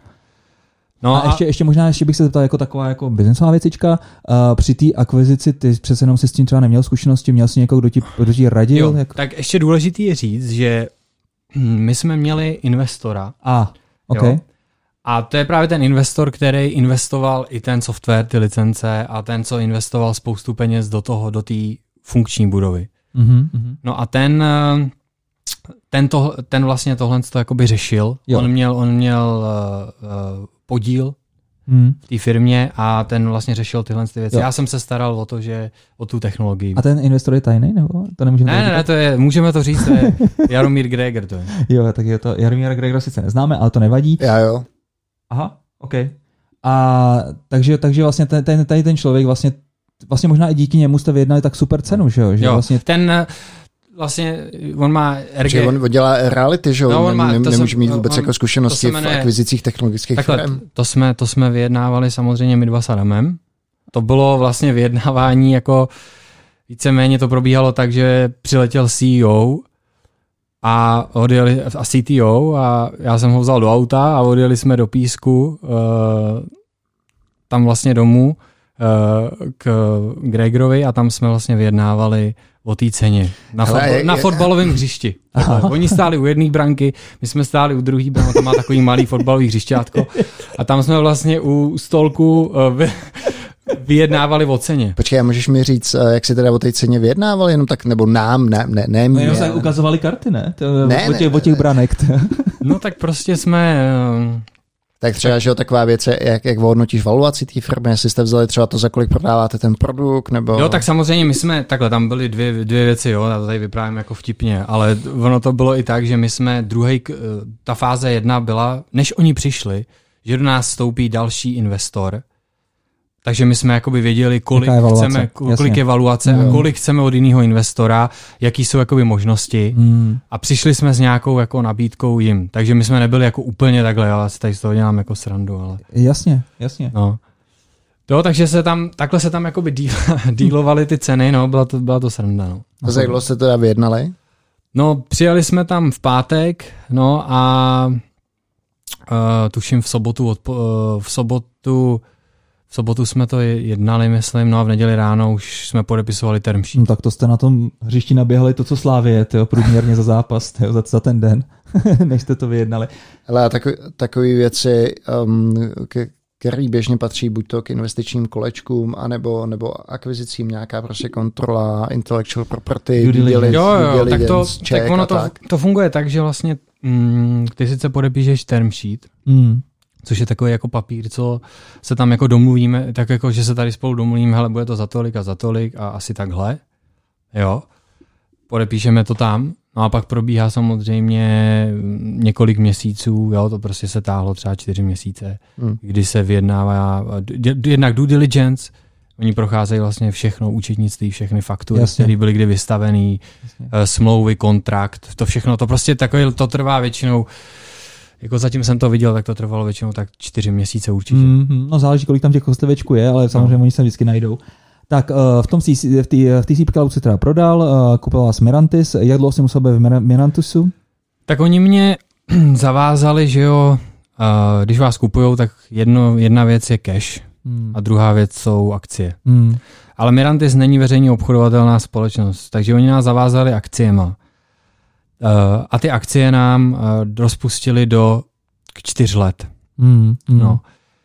A ještě možná bych se zeptal jako taková jako biznesová věcička. Při té akvizici ty přece jenom si s tím třeba neměl zkušenosti, měl jsi někoho, kdo ti radil? Jo, tak ještě důležitý je říct, že my jsme měli investora. Okay. Jo? A to je právě ten investor, který investoval i ten software, ty licence a ten, co investoval spoustu peněz do té funkční budovy. No a ten vlastně tohle to jakoby řešil. On měl podíl v té firmě a ten vlastně řešil tyhle věci. Já jsem se staral o to, že o tu technologii. A ten investor je tajný, nebo to nemůžeme? Ne, to je, můžeme to říct, to je Jaromír Greger, to je. Jo, tak je to, Jaromíra Gregera sice neznáme, ale to nevadí. Jo. Aha, OK. A takže vlastně tady ten člověk vlastně možná i díky němu jste vyjednali tak super cenu, že jo? Že vlastně Vlastně on má RG. On dělá reality, že jo? Nemůže mít vůbec jako zkušenosti v akvizicích technologických firm. To jsme vyjednávali samozřejmě my dva s Adamem. To bylo vlastně vyjednávání jako víceméně to probíhalo tak, že přiletěl CEO a CTO a já jsem ho vzal do auta a odjeli jsme do Písku tam vlastně domů k Gregerovi a tam jsme vlastně vyjednávali o té ceně. Na fotbalovém hřišti. Oni stáli u jedné branky, my jsme stáli u druhé branky, tam má takový malý fotbalový hřišťátko a tam jsme vlastně u stolku vyjednávali o ceně. Počkej, a můžeš mi říct, jak si teda o té ceně vyjednávali, jenom tak, nebo nám, ne. No jenom se ukazovali karty, ne? O těch branek. No tak prostě jsme... Tak třeba, že taková věc je, jak hodnotíš valuaci té firmy, jestli jste vzali třeba to, za kolik prodáváte ten produkt, nebo... Jo, tak samozřejmě my jsme, takhle, tam byly dvě věci, jo, já to tady vyprávím jako vtipně, ale ono to bylo i tak, že my jsme ta fáze 1 byla, než oni přišli, že do nás vstoupí další investor. Takže my jsme jakoby věděli, kolik je valuace a kolik chceme od jiného investora, jaký jsou jakoby možnosti a přišli jsme s nějakou jako nabídkou jim. Takže my jsme nebyli jako úplně takhle, ale tady z toho dělám jako srandu. Ale... Jasně. No. Takže takhle se tam jakoby dílovaly ty ceny, no, byla to sranda. No. A za jak dlouho jste teda vyjednali? No, přijeli jsme tam v pátek, no a tuším v sobotu jsme to jednali, myslím, no a v neděli ráno už jsme podepisovali term sheet. No tak to jste na tom hřišti naběhali to, co Slávie, průměrně za zápas, za ten den, než jste to vyjednali. Ale takové věci, který běžně patří buď to k investičním kolečkům, nebo akvizicím, nějaká prostě kontrola, intellectual property, due diligence, tak ono to funguje tak, že vlastně ty sice podepíšeš term sheet, což je takový jako papír, co se tam jako domluvíme, tak jako, že se tady spolu domluvíme, hele, bude to za tolik a asi takhle, jo, podepíšeme to tam, no a pak probíhá samozřejmě několik měsíců, jo, to prostě se táhlo třeba 4 měsíce, kdy se vyjednává jednak due diligence, oni procházejí vlastně všechno, účetnictví, všechny faktury, které byly kdy vystavený, smlouvy, kontrakt, to všechno, to prostě takové, to trvá většinou. Jako zatím jsem to viděl, tak to trvalo většinou tak 4 měsíce určitě. No záleží, kolik tam těch kostlivečků je, ale samozřejmě oni se vždycky najdou. Tak v té CPCloud se teda prodal, koupil vás Mirantis. Jak dlouho jsi musel být v Mirantisu? Tak oni mě zavázali, že jo, když vás kupujou, tak jedna věc je cash a druhá věc jsou akcie. Ale Mirantis není veřejně obchodovatelná společnost, takže oni nás zavázali akciema. A ty akcie nám rozpustili do 4 let. No.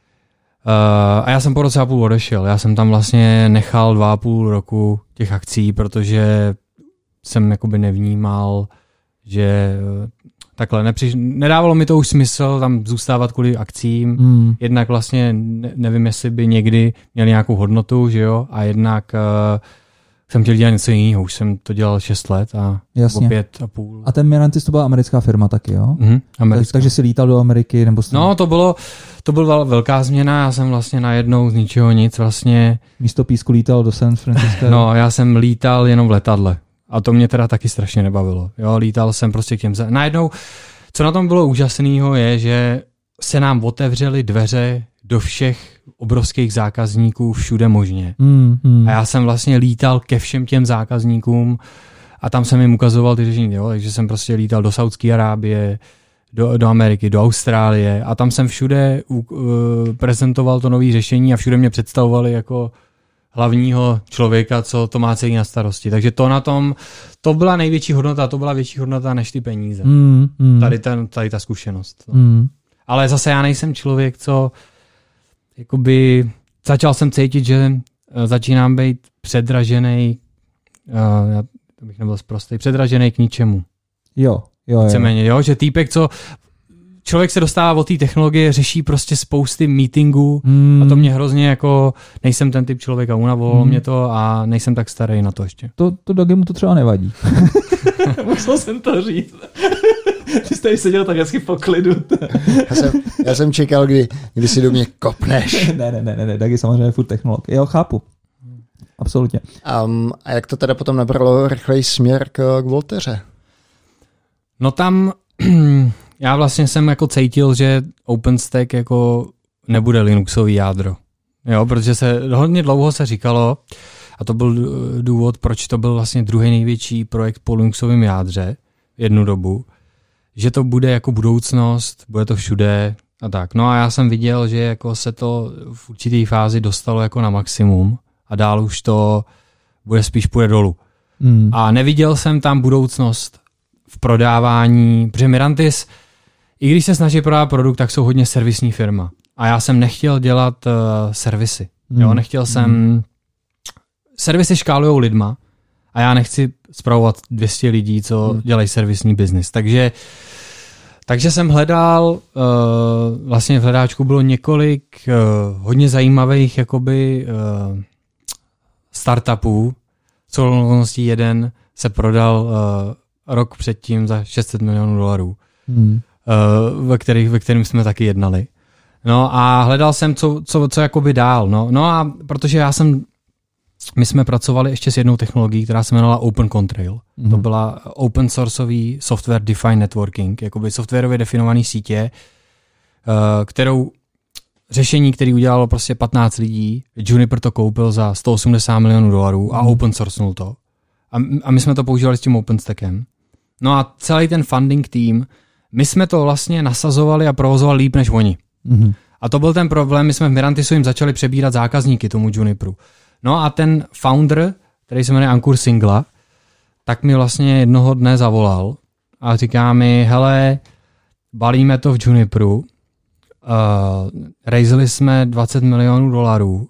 A já jsem po roce a půl odešel. Já jsem tam vlastně nechal 2,5 roku těch akcí, protože jsem jakoby nevnímal, že takhle nedávalo mi to už smysl tam zůstávat kvůli akcím. Jednak vlastně nevím, jestli by někdy měli nějakou hodnotu, že jo, a jednak jsem chtěl dělat něco jiného, už jsem to dělal 6 let a 5,5. A ten Mirantis to byla americká firma taky, jo? Takže jsi lítal do Ameriky? Nebo no, to byla velká změna, já jsem vlastně najednou z ničeho nic vlastně. Místo písku lítal do San Francisco? No, já jsem lítal jenom v letadle a to mě teda taky strašně nebavilo. Jo, lítal jsem prostě k těm... Najednou, co na tom bylo úžasného je, že se nám otevřely dveře do všech obrovských zákazníků všude možně. A já jsem vlastně lítal ke všem těm zákazníkům a tam jsem jim ukazoval ty řešení, jo? Takže jsem prostě lítal do Saudské Arábie, do Ameriky, do Austrálie a tam jsem všude prezentoval to nové řešení a všude mě představovali jako hlavního člověka, co to má celý na starosti. Takže to na tom, to byla největší hodnota, to byla větší hodnota než ty peníze. Tady ta zkušenost. Ale zase já nejsem člověk, co jakoby začal jsem cítit, že začínám být předražený, já bych nebyl sprostý, předražený k ničemu. Jo. Víceméně, jo, že týpek, co člověk se dostává od té technologie, řeší prostě spousty meetingů a to mě hrozně jako, nejsem ten typ člověka, unavovalo mě to a nejsem tak starý na to ještě. To Dagimu to třeba nevadí. Musel jsem to říct. Ty jsi tady seděl tak hezky po klidu. Já jsem čekal, kdy si do mě kopneš. Ne, Dagi samozřejmě furt technolog. Jo, chápu. Absolutně. A jak to teda potom nabralo rychlej směr k Volteře? No tam já vlastně jsem jako cítil, že OpenStack jako nebude Linuxový jádro. Jo, protože hodně dlouho se říkalo, a to byl důvod, proč to byl vlastně druhý největší projekt po Linuxovém jádře jednu dobu, že to bude jako budoucnost, bude to všude a tak. No a já jsem viděl, že jako se to v určité fázi dostalo jako na maximum a dál už to bude spíš půjde dolů. A neviděl jsem tam budoucnost v prodávání, protože Mirantis, i když se snaží prodávat produkt, tak jsou hodně servisní firma. A já jsem nechtěl dělat servisy. Jo, nechtěl jsem... Servisy škálujou lidma a já nechci spravovat 200 lidí, co dělají servisní biznis. Takže jsem hledal, vlastně v hledáčku bylo několik hodně zajímavých jakoby startupů. Co jeden se prodal rok předtím za $600 milionů, ve kterým jsme taky jednali. No a hledal jsem, co jakoby dál. No a protože my jsme pracovali ještě s jednou technologií, která se jmenovala Open Contrail. To byla open sourceový software defined networking, jakoby softwarově definovaný sítě, řešení, který udělalo prostě 15 lidí, Juniper to koupil za $180 milionů a open sourcenul to. A my jsme to používali s tím OpenStackem. No a celý ten funding tým, my jsme to vlastně nasazovali a provozovali líp než oni. A to byl ten problém, my jsme v Mirantisu jim začali přebírat zákazníky tomu Juniperu. No a ten founder, který se jmenuje Ankur Singla, tak mi vlastně jednoho dne zavolal a říká mi, hele, balíme to v Juniperu, raiseli jsme $20 milionů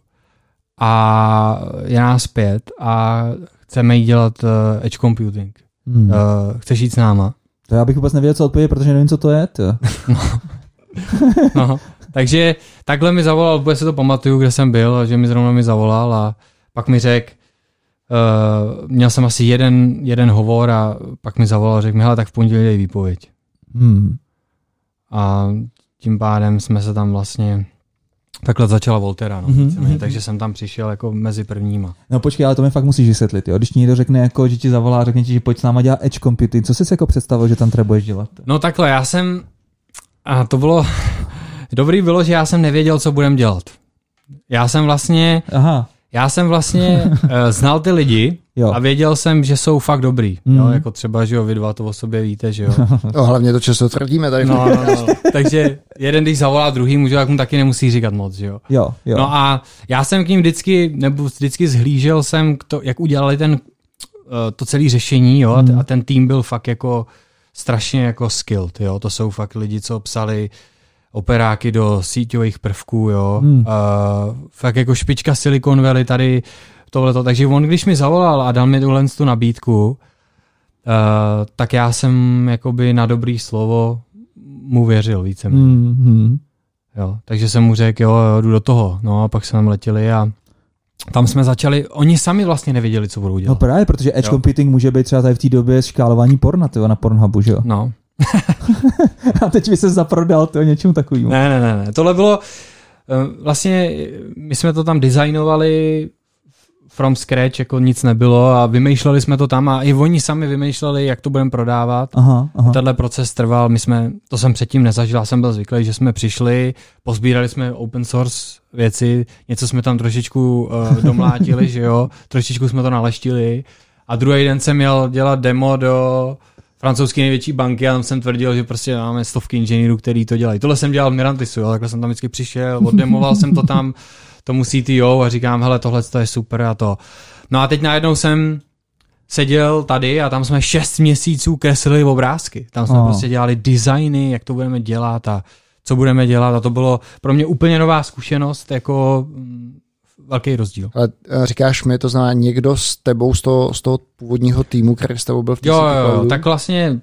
a je nás 5 a chceme jí dělat edge computing. Chceš jít s náma? To já bych vůbec nevěděl, co odpovědět, protože nevím, co to je. No, takže takhle mi zavolal, vůbec se to pamatuju, kde jsem byl, že mi zrovna zavolal a pak mi řekl, měl jsem asi jeden hovor a pak mi zavolal a řekl mi, hele, tak v pondělí dej výpověď. A tím pádem jsme se tam vlastně takhle začala Volterra, takže jsem tam přišel jako mezi prvníma. No počkej, ale to mi fakt musíš vysvětlit, jo? Když ti někdo řekne, jako, že ti zavolá, řekne ti, že pojď s náma dělat edge computing, co jsi si jako představil, že tam třeba budeš dělat? No takhle, a to bylo, dobrý bylo, že já jsem nevěděl, co budem dělat. Já jsem vlastně znal ty lidi a věděl jsem, že jsou fakt dobrý. Jo? Jako třeba, že jo, vy dva to o sobě víte, že jo. No, hlavně to často tvrdíme tady. No. Takže jeden, když zavolá druhý, může, tak mu taky nemusí říkat moc, že jo. Jo. No a já jsem k ním vždycky zhlížel jsem k to, jak udělali to celé řešení, jo, a ten tým byl fakt jako strašně jako skilled, jo. To jsou fakt lidi, co psali operáky do síťových prvků, jo. Fakt jako špička Silicon Valley tady tohleto. Takže on, když mi zavolal a dal mi tu nabídku, tak já jsem jakoby na dobrý slovo mu věřil víceméně. Jo, takže jsem mu řekl, jo, jdu do toho. No a pak jsme tam letěli a tam jsme začali, oni sami vlastně nevěděli, co budou dělat. No právě, protože edge computing může být třeba tady v té době škálování porna, tyjo, na Pornhubu, že jo? No. A teď by se zaprodal to něčemu takovému. Ne. Tohle bylo, vlastně my jsme to tam designovali from scratch, jako nic nebylo a vymýšleli jsme to tam a i oni sami vymýšleli, jak to budeme prodávat. Aha. Tenhle proces trval, to jsem předtím nezažil, já jsem byl zvyklý, že jsme přišli, pozbírali jsme open source věci, něco jsme tam trošičku domlátili, že jo, trošičku jsme to naleštili a druhý den jsem měl dělat demo do francouzské největší banky a tam jsem tvrdil, že prostě máme stovky inženýrů, který to dělají. Tohle jsem dělal v Mirantisu, jo, takhle jsem tam vždycky přišel, oddemoval jsem to tam tomu CTO a říkám, hele, tohle je super a to. No a teď najednou jsem seděl tady a tam jsme 6 měsíců kreslili obrázky. Tam jsme prostě dělali designy, jak to budeme dělat a co budeme dělat a to bylo pro mě úplně nová zkušenost, jako velký rozdíl. Ale říkáš mi, to znamená někdo s tebou z toho původního týmu, který s tebou byl v TCP Jo, tak vlastně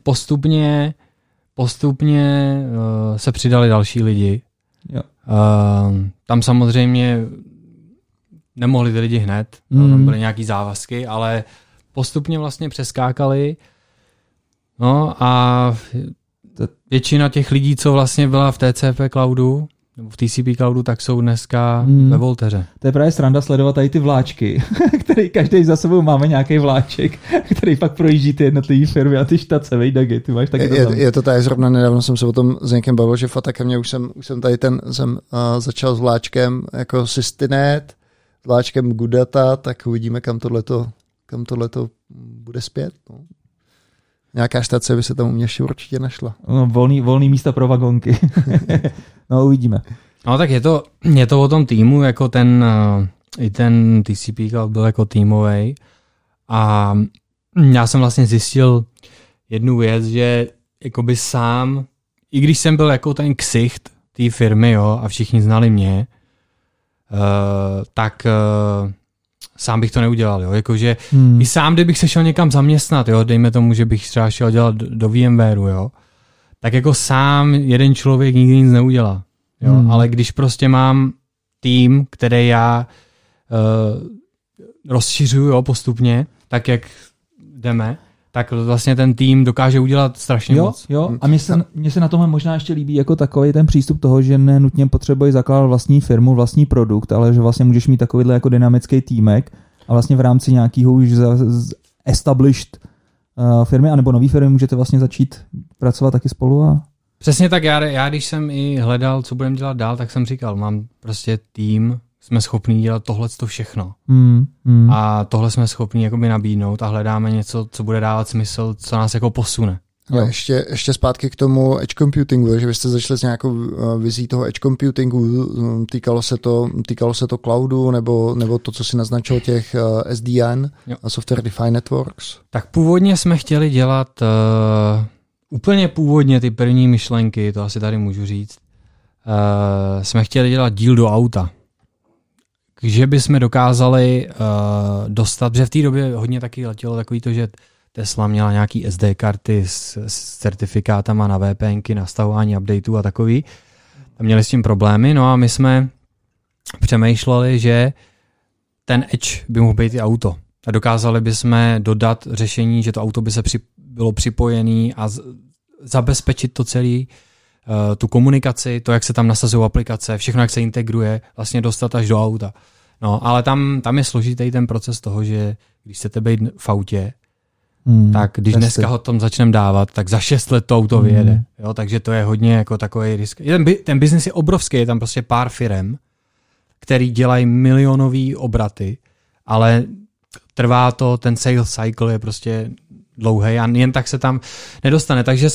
postupně se přidali další lidi. Jo. Tam samozřejmě nemohli ty lidi hned, tam byly nějaký závazky, ale postupně vlastně přeskákali. No a většina těch lidí, co vlastně byla v TCP cloudu, nebo v TCP cloudu, tak jsou dneska ve Volteře. To je právě sranda sledovat tady ty vláčky, který každý za sebou máme nějaký vláček, který pak projíždí ty jednotlivé firmy a ty štace, vejdagy, ty máš taky to tam. Je to tady zrovna nedávno jsem se o tom s někým bavil, že fakt mě už jsem tady jsem začal s vláčkem jako Systinet, s vláčkem Goodata, tak uvidíme, kam tohleto bude zpět. No. Nějaká štace by se tam u mě ještě určitě našla. No, volný místa pro vagonky. No, uvidíme. No tak je to o tom týmu, jako i ten TCP byl jako týmovej. A já jsem vlastně zjistil jednu věc, že jakoby sám, i když jsem byl jako ten ksicht té firmy, jo, a všichni znali mě, tak sám bych to neudělal, jo, jakože i sám, kdybych se šel někam zaměstnat, jo, dejme tomu, že bych třeba šel dělat do VMwareu, jo, tak jako sám jeden člověk nikdy nic neudělá, jo, ale když prostě mám tým, který já rozšiřuju, jo, postupně, tak jak jdeme, tak vlastně ten tým dokáže udělat strašně moc. Jo, a mně se na tomhle možná ještě líbí jako takový ten přístup toho, že nenutně potřebuješ zakládat vlastní firmu, vlastní produkt, ale že vlastně můžeš mít takovýhle jako dynamický týmek a vlastně v rámci nějakého už established firmy, anebo nový firmy můžete vlastně začít pracovat taky spolu a... Přesně tak, já když jsem i hledal, co budeme dělat dál, tak jsem říkal, mám prostě tým, jsme schopní dělat tohleto všechno. A tohle jsme schopní jakoby nabídnout a hledáme něco, co bude dávat smysl, co nás jako posune. Ale ještě zpátky k tomu edge computingu, že vy jste začali s nějakou vizí toho edge computingu, týkalo se to cloudu nebo to, co si naznačil těch SDN, Software Defined Networks? Tak původně jsme chtěli dělat úplně původně ty první myšlenky, to asi tady můžu říct, jsme chtěli dělat díl do auta. Že bychom dokázali dostat, že v té době hodně taky letělo takový to, že Tesla měla nějaký SD karty s certifikátama na VPNky, na stahování updateů a takový. A měli s tím problémy, no a my jsme přemýšleli, že ten Edge by mohl být i auto. A dokázali bychom dodat řešení, že to auto by se bylo připojené a zabezpečit to celý, tu komunikaci, to, jak se tam nasazují aplikace, všechno, jak se integruje, vlastně dostat až do auta. No, ale tam je složitý ten proces toho, že když chcete být v autě, tak když dneska ho tam začneme dávat, tak za 6 let to auto vyjede. Jo, takže to je hodně jako takový risk. Ten biznis je obrovský, je tam prostě pár firem, který dělají milionový obraty, ale trvá to, ten sales cycle je prostě dlouhý a jen tak se tam nedostane. Takže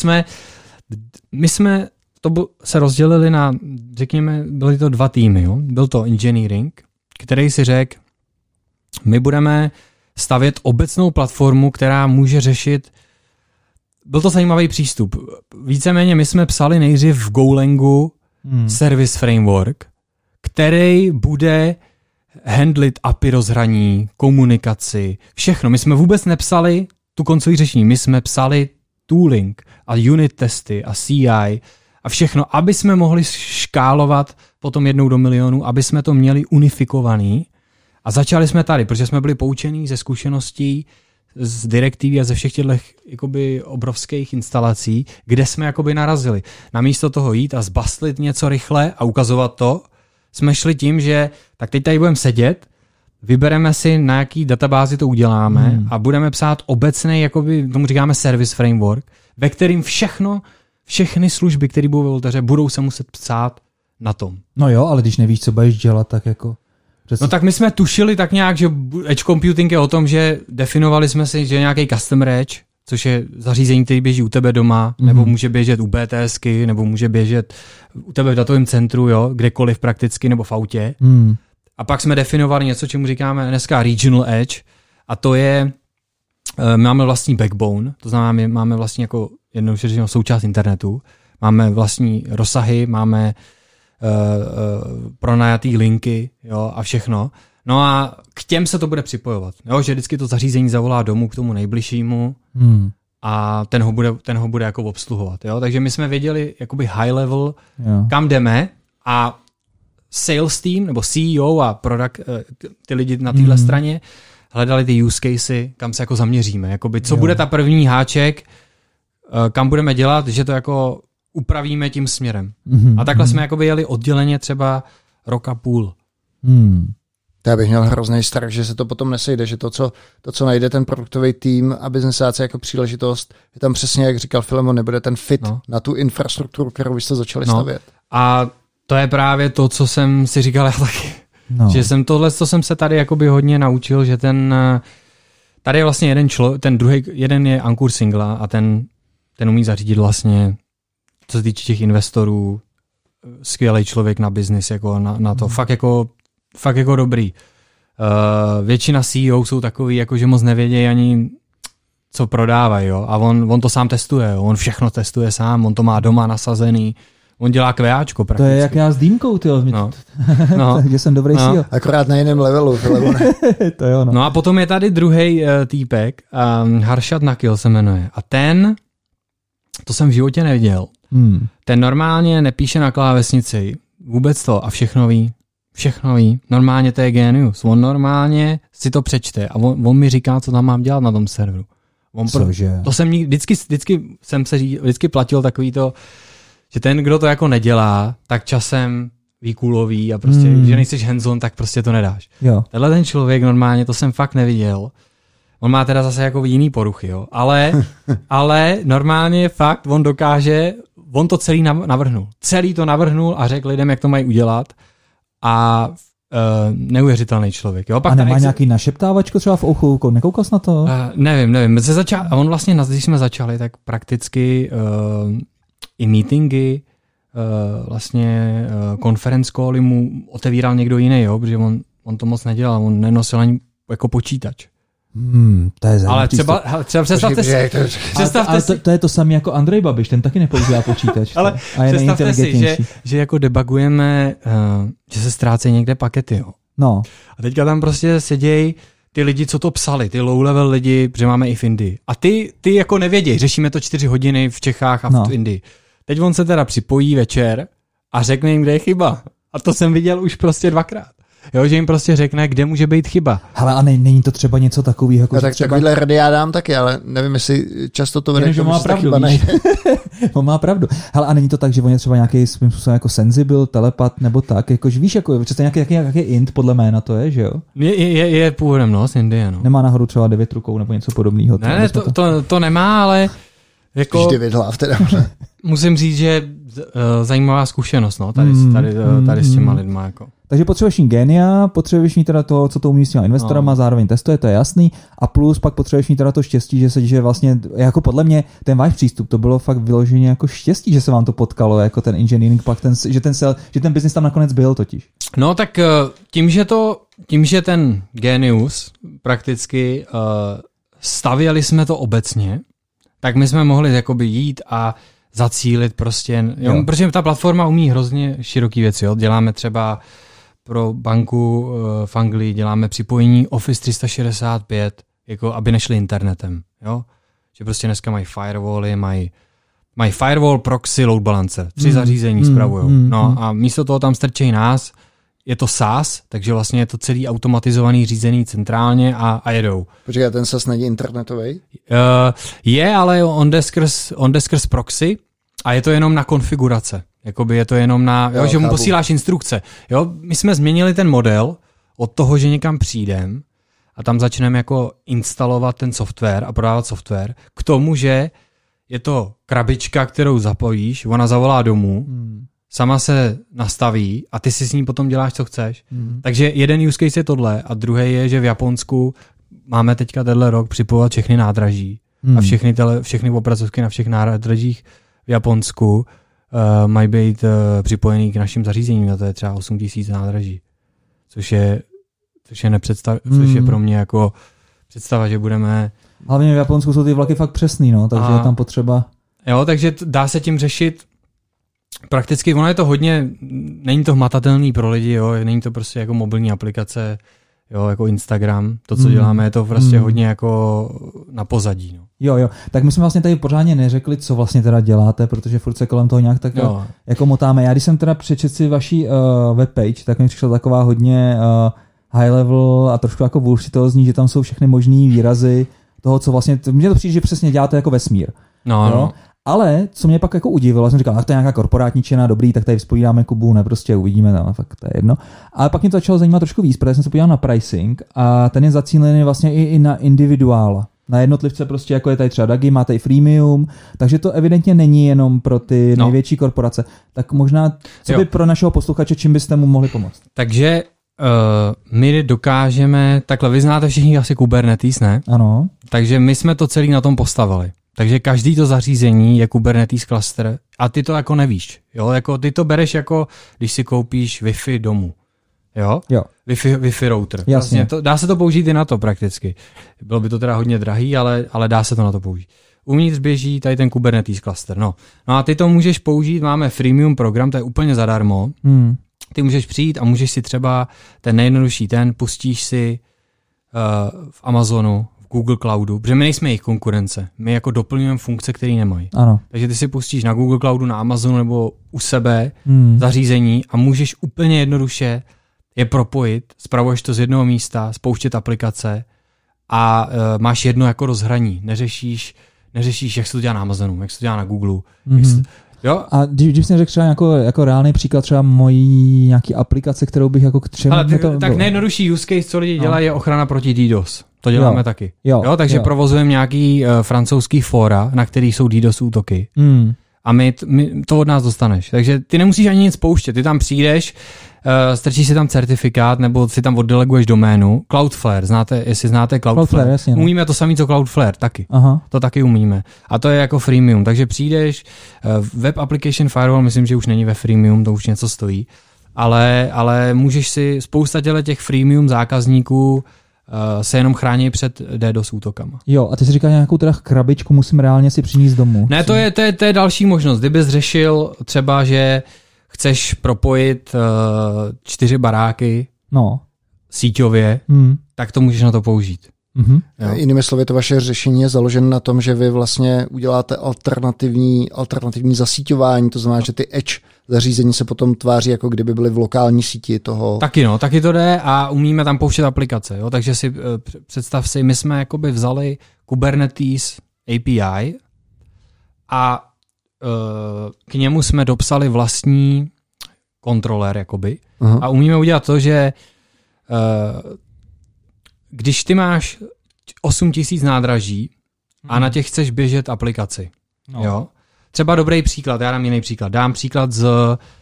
my jsme se rozdělili na, řekněme, byly to 2 týmy. Jo? Byl to engineering, který si řekl, my budeme stavět obecnou platformu, která může řešit. Byl to zajímavý přístup. Víceméně my jsme psali nejdřív v Golangu service framework, který bude handlit API rozhraní, komunikaci, všechno. My jsme vůbec nepsali tu koncový řešení, my jsme psali tooling a unit testy a CI a všechno, aby jsme mohli škálovat potom 1 do milionu, aby jsme to měli unifikovaný. A začali jsme tady, protože jsme byli poučení ze zkušeností z direktivy a ze všech těchto jakoby obrovských instalací, kde jsme jakoby narazili. Namísto toho jít a zbastlit něco rychle a ukazovat to, jsme šli tím, že tak teď tady budeme sedět, vybereme si, na jaký databázi to uděláme a budeme psát obecný, jakoby tomu říkáme service framework, ve kterým všechny služby, které budou ve Voltaře, budou se muset psát na tom. No jo, ale když nevíš, co budeš dělat, tak jako... No tak my jsme tušili tak nějak, že edge computing je o tom, že definovali jsme si, že je nějaký customer edge, což je zařízení, který běží u tebe doma, nebo může běžet u BTSky, nebo může běžet u tebe v datovém centru, jo, kdekoliv prakticky, nebo v autě. A pak jsme definovali něco, čemu říkáme dneska regional edge, a to je, máme vlastní backbone, to znamená, my máme vlastně jako jednoduše řečeno součást internetu, máme vlastní rozsahy, máme pronajatý linky, jo, a všechno. No a k těm se to bude připojovat. Jo, že vždycky to zařízení zavolá domů k tomu nejbližšímu a ten ho bude jako obsluhovat. Jo? Takže my jsme věděli jakoby high level, kam jdeme a sales team nebo CEO a product, ty lidi na téhle straně hledali ty use casey, kam se jako zaměříme. Jakoby, co bude ta první háček, kam budeme dělat, že to jako upravíme tím směrem. A takhle jsme jakoby jeli odděleně třeba rok a půl. Já bych měl hrozný strach, že se to potom nesejde, že to, co najde ten produktový tým a biznesáci jako příležitost, je tam přesně, jak říkal Filemon, nebude ten fit na tu infrastrukturu, kterou vy jste začali stavět. A to je právě to, co jsem si říkal já taky. Že jsem tohle, co jsem se tady jakoby hodně naučil, že tady je vlastně jeden je Ankur Singla a ten umí zařídit vlastně, co se týče těch investorů, skvělý člověk na biznis, jako na to. Fakt jako dobrý. Většina CEO jsou takový, jako že moc nevědějí ani, co prodávají. Jo? A on to sám testuje. Jo? On všechno testuje sám, on to má doma nasazený. On dělá QAčko prakticky. To je jak já s Dýmkou, tyjo. Takže jsem dobrý CEO. Akorát na jiném levelu. To jo, no a potom je tady druhej týpek, Harshad Nakil se jmenuje. A to jsem v životě neviděl. Ten normálně nepíše na klávesnici vůbec to a všechno ví. Normálně to je genius. On normálně si to přečte a on mi říká, co tam mám dělat na tom serveru. To jsem vždycky platil takový to, že ten, kdo to jako nedělá, tak časem výkulový a prostě, že nejseš hands-on, tak prostě to nedáš. Jo. Tenhle ten člověk normálně, to jsem fakt neviděl. On má teda zase jako jiný poruchy, jo. Ale normálně fakt on to celý navrhnul. Celý to navrhnul a řekl lidem, jak to mají udělat. A neuvěřitelný člověk. Jo? Pak a nemá nějaký našeptávačko třeba v uchu? Nekoukal jsi na to? Nevím. A on vlastně, když jsme začali, tak prakticky i meetingy, vlastně conference cally mu otevíral někdo jiný, jo? Protože on to moc nedělal, on nenosil ani jako počítač. To je ale třeba představte si. To je to samé jako Andrej Babiš, ten taky nepoužívá počítač. Ale představte si, že jako debugujeme, že se ztrácejí někde pakety. Jo. No. A teďka tam prostě sedějí ty lidi, co to psali, ty low-level lidi, protože máme i v Indii. A ty jako nevědějí, řešíme to 4 hodiny v Čechách a v Indii. Teď on se teda připojí večer a řekne jim, kde je chyba. A to jsem viděl už prostě 2krát. Jo, že jim prostě řekne, kde může být chyba. Hele, a není to třeba něco takového? Jako tak třeba... takovýhle rady já dám taky, ale nevím, jestli často to vede, že má pravdu. On má pravdu. Hele, a není to tak, že on je třeba nějaký svým způsobem jako senzibil, telepat, nebo tak, jakože víš, jako přece nějaký int podle jména to je, že jo? Je původem, z Indie, no. Nemá nahoru třeba 9 rukou nebo něco podobného. Ne, to nemá, ale jako... 9 hlav teda. Musím říct, že zajímavá zkušenost, no, tady s těma lidma, jako. Takže potřebuješ mít génia, potřebuješ mít teda to, co to umí s těma investorama, zároveň testuje, to je jasný, a plus pak potřebuješ mít teda to štěstí, že vlastně, jako podle mě, ten váš přístup, to bylo fakt vyloženě jako štěstí, že se vám to potkalo, jako ten engineering, pak že ten business tam nakonec byl totiž. No tak tím, že ten genius prakticky stavěli jsme to obecně, tak my jsme mohli jakoby jít a zacílit prostě, jo. Protože ta platforma umí hrozně široký věci, jo. Děláme třeba pro banku v Anglii, děláme připojení Office 365, jako aby nešli internetem, jo. Že prostě dneska mají firewally, mají firewall, proxy, load balancer, 3 zařízení spravujou. No a místo toho tam strčejí nás, je to SaaS, takže vlastně je to celý automatizovaný, řízený centrálně a jedou. Počkej, ten SaaS není internetový? Je, ale on jde skrz proxy a je to jenom na konfigurace. Jakoby je to jenom na, že mu posíláš instrukce. Jo, my jsme změnili ten model od toho, že někam přijdem a tam začneme jako instalovat ten software a prodávat software, k tomu, že je to krabička, kterou zapojíš, ona zavolá domů, sama se nastaví a ty si s ní potom děláš, co chceš. Takže jeden use case je tohle a druhý je, že v Japonsku máme teďka tenhle rok připojovat všechny nádraží a všechny opracovky na všech nádražích v Japonsku mají být připojený k našim zařízením a to je třeba 8000 nádraží. Což je pro mě jako představa, že budeme... Hlavně v Japonsku jsou ty vlaky fakt přesný, no, takže je tam potřeba... Jo, takže dá se tím řešit prakticky, ono je to hodně, není to hmatatelný pro lidi, jo, není to prostě jako mobilní aplikace, jo, jako Instagram, to, co děláme, je to prostě hodně jako na pozadí, no. Jo, tak my jsme vlastně tady pořádně neřekli, co vlastně teda děláte, protože furt se kolem toho nějak tak jako motáme. Já když jsem teda přečetl si vaší webpage, tak mi přišla taková hodně high level a trošku jako bullshitozní, že tam jsou všechny možný výrazy toho, co vlastně, mně to přijde, že přesně děláte jako vesmír. No. Ale co mě pak jako udivilo, jsem říkal, tak to je nějaká korporátní čina, dobrý, tak tady vzpomínáme Kubu, ne, prostě uvidíme, no, fakt to je jedno. Ale pak mě to začalo zajímat trošku víc, protože jsem se podíval na pricing a ten je zacílený vlastně i na individuála. Na jednotlivce prostě, jako je tady třeba Dagi, máte i freemium, takže to evidentně není jenom pro ty největší korporace. Tak možná, co by pro našeho posluchače, čím byste mu mohli pomoct? Takže my dokážeme, takhle vy znáte všichni asi Kubernetes, ne? Ano. Takže my jsme to celý na tom postavili. Takže každý to zařízení je Kubernetes cluster a ty to jako nevíš. Jo? Jako ty to bereš jako, když si koupíš Wi-Fi domů. Jo? Wi-Fi router. Vlastně dá se to použít i na to prakticky. Bylo by to teda hodně drahý, ale dá se to na to použít. Uvnitř běží tady ten Kubernetes cluster. No a ty to můžeš použít, máme freemium program, to je úplně zadarmo. Ty můžeš přijít a můžeš si třeba ten nejjednodušší pustíš si v Amazonu, Google Cloudu, protože my nejsme jejich konkurence. My jako doplňujeme funkce, které nemají. Ano. Takže ty si pustíš na Google Cloudu, na Amazonu nebo u sebe zařízení a můžeš úplně jednoduše je propojit, spravuješ to z jednoho místa, spouštět aplikace a máš jedno jako rozhraní. Neřešíš, jak se to dělá na Amazonu, jak se to dělá na Google. Jo? A když jsem řekl třeba jako reálný příklad třeba mojí nějaký aplikace, kterou bych jako k třem... Tak nejjednodušší use case, co lidi dělají, je ochrana proti DDoS. To děláme taky. Takže provozujeme nějaký francouzský fóra, na kterých jsou DDoS útoky. A my to od nás dostaneš. Takže ty nemusíš ani nic pouštět. Ty tam přijdeš, strčíš si tam certifikát, nebo si tam oddeleguješ doménu. Cloudflare, jestli znáte Cloudflare. Jasně, umíme to samé, co Cloudflare, taky. Aha. To taky umíme. A to je jako freemium. Takže přijdeš, Web Application Firewall, myslím, že už není ve freemium, to už něco stojí. Ale můžeš si spousta těch freemium zákazníků se jenom chrání před DDoS útokama. Jo, a ty si říkáš nějakou teda krabičku musím reálně si přinést domů. Ne, to je další možnost. Kdybys řešil třeba, že chceš propojit 4 baráky síťově, tak to můžeš na to použít. Jinými slovy, to vaše řešení je založeno na tom, že vy vlastně uděláte alternativní zasíťování, to znamená, že ty edge zařízení se potom tváří, jako kdyby byly v lokální síti toho. Taky to jde a umíme tam pouštět aplikace. Jo? Takže si představ si, my jsme jakoby vzali Kubernetes API a k němu jsme dopsali vlastní kontroler jakoby. A umíme udělat to, že když ty máš 8000 nádraží a na těch chceš běžet aplikaci, jo? Třeba dobrý příklad, já dám jiný příklad. Dám příklad z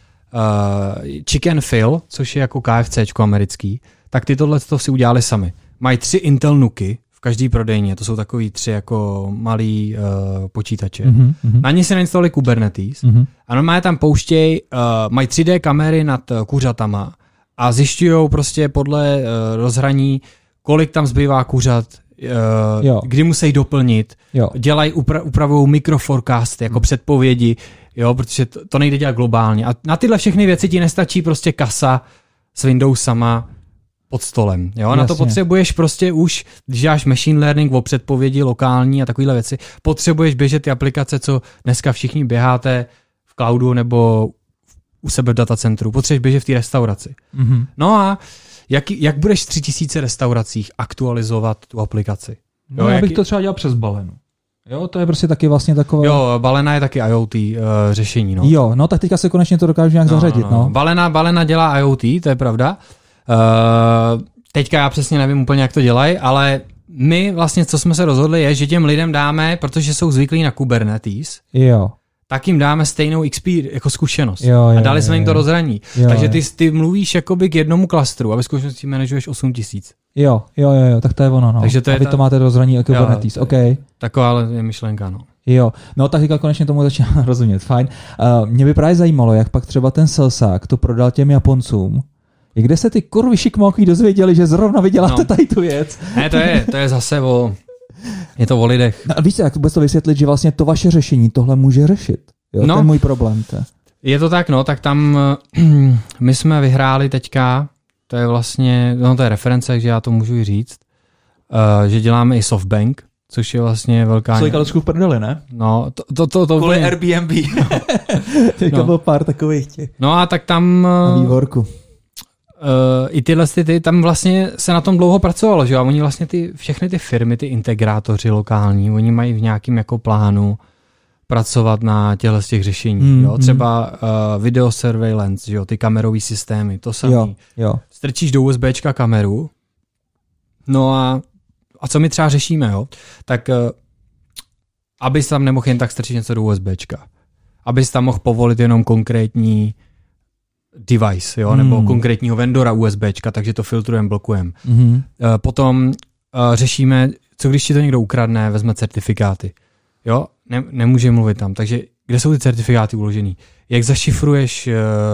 Chicken Fill, což je jako KFCčko americký, tak ty tohleto si udělali sami. Mají 3 Intel NUCy v každý prodejně, to jsou takový 3 jako malý počítače. Na ně si nainstalovali Kubernetes a normálně tam pouštěj, mají 3D kamery nad kuřatama a zjišťují prostě podle rozhraní, kolik tam zbývá kuřat, kdy musí doplnit, dělají, upravují mikroforecasty jako předpovědi, jo, protože to nejde dělat globálně. A na tyhle všechny věci ti nestačí prostě kasa s Windowsama pod stolem. Jo? Na to potřebuješ prostě už, když děláš machine learning o předpovědi lokální a takovéhle věci, potřebuješ běžet ty aplikace, co dneska všichni běháte v cloudu nebo u sebe v datacentru. Potřebuješ běžet v té restauraci. No a jak budeš v 3000 restauracích aktualizovat tu aplikaci? No, já bych to třeba dělal přes Balenu. Jo, to je prostě taky vlastně takové... Jo, Balena je taky IoT řešení, no. Jo, no tak teďka se konečně to dokážu nějak zařadit, no. Balena dělá IoT, to je pravda. Teďka já přesně nevím úplně, jak to dělají, ale my vlastně, co jsme se rozhodli, je, že těm lidem dáme, protože jsou zvyklí na Kubernetes, tak jim dáme stejnou jako zkušenost. A dali jsme jim to rozhraní. Takže ty mluvíš jakoby k jednomu klastru a ve skutečnosti manažuješ 8000. Jo, tak to je ono, no. Takže to je a vy to máte rozhraní jako Kubernetes, OK. Taková ale je myšlenka, no. Jo, no tak teďka konečně tomu začínám rozumět, fajn. Mě by právě zajímalo, jak pak třeba ten salesák to prodal těm Japoncům. Kde se ty kurvy šikmóky dozvěděli, že zrovna vyděláte tady tu věc? Ne, to je zase je to o lidech. No, víš, jak vůbec to vysvětlit, že vlastně to vaše řešení tohle může řešit? Jo, to je můj problém. Je to tak, no, tak tam my jsme vyhráli teďka, to je vlastně, to je reference, takže já to můžu i říct, že děláme i SoftBank, což je vlastně velká... Slejka trošku v prdeli, ne? No, to kvůli Airbnb. Teďka bylo pár takových těch. No a tak tam... Na vývorku. I tyhle tam vlastně se na tom dlouho pracovalo, že jo? A oni vlastně všechny ty firmy, ty integrátoři lokální, oni mají v nějakém jako plánu pracovat na těchto z těch řešení. Jo? Třeba video surveillance, že jo? Ty kamerové systémy, to samé. Strčíš do USBčka kameru, no a co my třeba řešíme, jo? Tak abys tam nemohl jen tak strčit něco do USBčka. Abys tam mohl povolit jenom konkrétní device, jo? Nebo konkrétního vendora USBčka, takže to filtrujeme, blokujeme. Potom řešíme, co když ti to někdo ukradne, vezme certifikáty. Jo? Nemůže mluvit tam. Takže kde jsou ty certifikáty uložený? Jak zašifruješ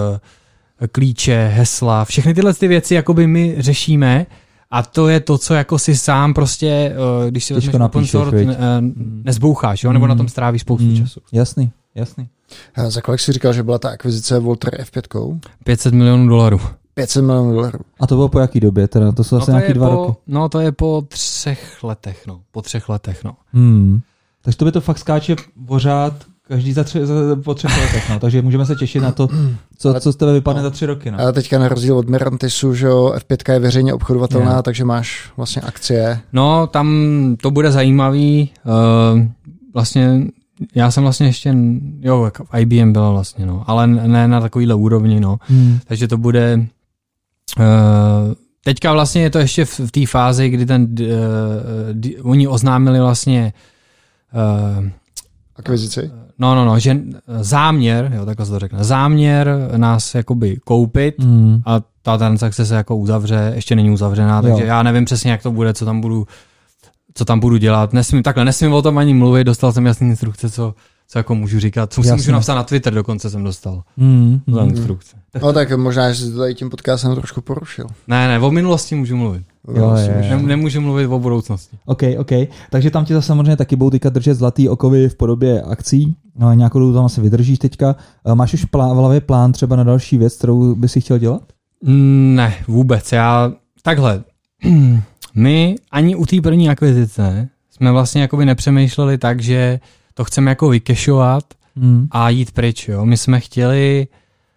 klíče, hesla, všechny tyhle ty věci jakoby my řešíme a to je to, co jako si sám prostě, když si vezmeš open source, nezboucháš, jo? Nebo na tom strávíš spoustu času. Jasný. Za kolik jsi říkal, že byla ta akvizice Volter F5? $500 milionů. 500 milionů dolarů. A to bylo po jaký době? Teda? To jsou asi nějaký 2 roky. No to je po 3 letech, no. Po 3 letech, no. Takže to by to fakt skáče pořád Každý po 3 letech, no. Takže můžeme se těšit na to, co z tebe vypadne za 3 roky. No. Ale teďka na rozdíl od Mirantisu, že jo, F5 je veřejně obchodovatelná, takže máš vlastně akcie. No, tam to bude zajímavý. Vlastně já jsem vlastně ještě, jo, IBM byla vlastně, no, ale ne na takovýhle úrovni, no. Takže to bude, teďka vlastně je to ještě v té fázi, kdy oni oznámili vlastně akvizici? No, že záměr, jo, takhle se to řekne, záměr nás jakoby koupit a ta transakce se jako uzavře, ještě není uzavřená, takže já nevím přesně, jak to bude, co tam budu dělat. Nesmím o tom ani mluvit, dostal jsem jasný instrukce, co jako můžu říkat, co si můžu napsat na Twitter, dokonce jsem dostal za instrukce. No tak možná, že jsi to tady tím podcastem trošku porušil. Ne, o minulosti můžu mluvit. Nemůžu mluvit o budoucnosti. OK. Takže tam ti zase samozřejmě taky budou teďka držet zlatý okovy v podobě akcí. No, nějakou dobu tam asi vydržíš teďka. Máš už v hlavě plán třeba na další věc, kterou bys si chtěl dělat? Ne, vůbec. Takhle. My ani u té první akvizice jsme vlastně jakoby nepřemýšleli tak, že to chceme jako vykešovat a jít pryč. Jo. My jsme chtěli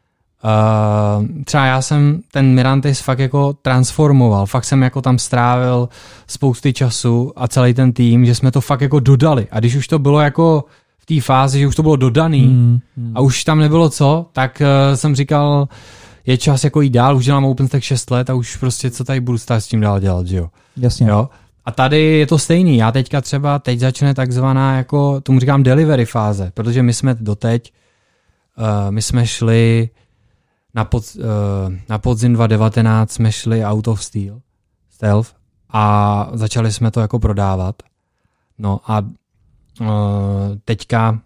třeba já jsem ten Mirantis fakt jako transformoval, fakt jsem jako tam strávil spousty času a celý ten tým, že jsme to fakt jako dodali. A když už to bylo jako v té fázi, že už to bylo dodaný a už tam nebylo co, tak jsem říkal, je čas jako jít dál, už dělám OpenStack 6 let a už prostě co tady budu stát s tím dál dělat, že jo. Jasně. Jo? A tady je to stejný. Já teď začne takzvaná jako, tomu říkám delivery fáze, protože my jsme doteď, my jsme šli na podzim 2019 jsme šli out of stealth a začali jsme to jako prodávat. No a teďka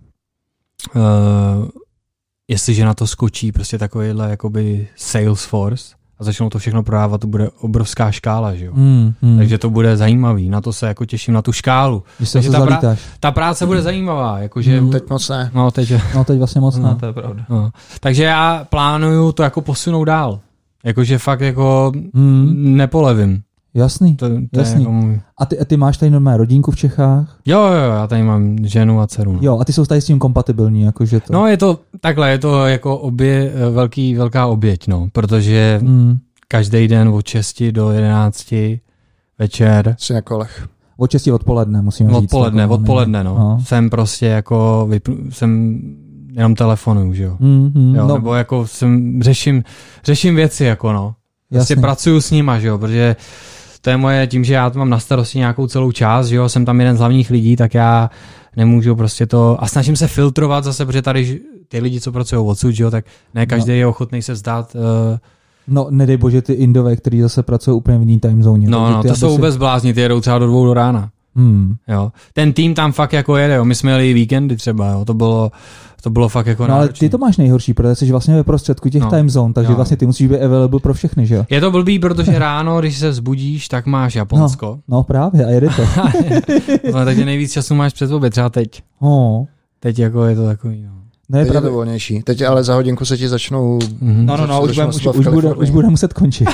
jestliže na to skočí prostě takovýhle jakoby Salesforce a začnou to všechno prodávat, to bude obrovská škála, že jo. Takže to bude zajímavý, na to se jako těším, na tu škálu. Takže ta práce bude zajímavá, jakože teď moc ne. No teď vlastně moc ne, to je pravda. No. Takže já plánuju to jako posunout dál. Jakože fakt jako nepolevím. Jasný. Jako můj... A ty máš tady normálně rodinku v Čechách? Jo, já tady mám ženu a dceru. Jo, a ty jsou tady s tím kompatibilní, jakože to... No je to takhle, je to jako velká oběť, no, protože každý den od 6 do 11 večer. Jsi na kolech. Od 6 odpoledne, musím říct. Odpoledne, no. Jsem prostě jako, jsem jenom telefonuju, že jo. Jo, no. Nebo jako řeším věci, jako no. Prostě pracuju s nima, že jo, protože to je moje, tím, že já to mám na starosti nějakou celou část, že jo, jsem tam jeden z hlavních lidí, tak já nemůžu prostě to, a snažím se filtrovat zase, protože tady ty lidi, co pracují odsud, že jo, tak ne každý je ochotný se vzdát. No, nedej bože ty Indové, kteří zase pracují úplně v jiný time zóně. No, to jsou vůbec blázni, ty jedou třeba do 2 do rána. Jo. Ten tým tam fakt jako jede, jo. My jsme jeli víkendy třeba, jo. To bylo fakt jako náročný. Ale ty to máš nejhorší, protože jsi vlastně ve prostředku těch time zone, takže vlastně ty musíš být available pro všechny, že jo? Je to blbý, protože ráno, když se vzbudíš, tak máš Japonsko. No právě, a jede to. No, takže nejvíc času máš před oběd, třeba teď. Teď jako je to takový, no. Teď je to volnější. Teď ale za hodinku se ti začnou... Už bude muset končit.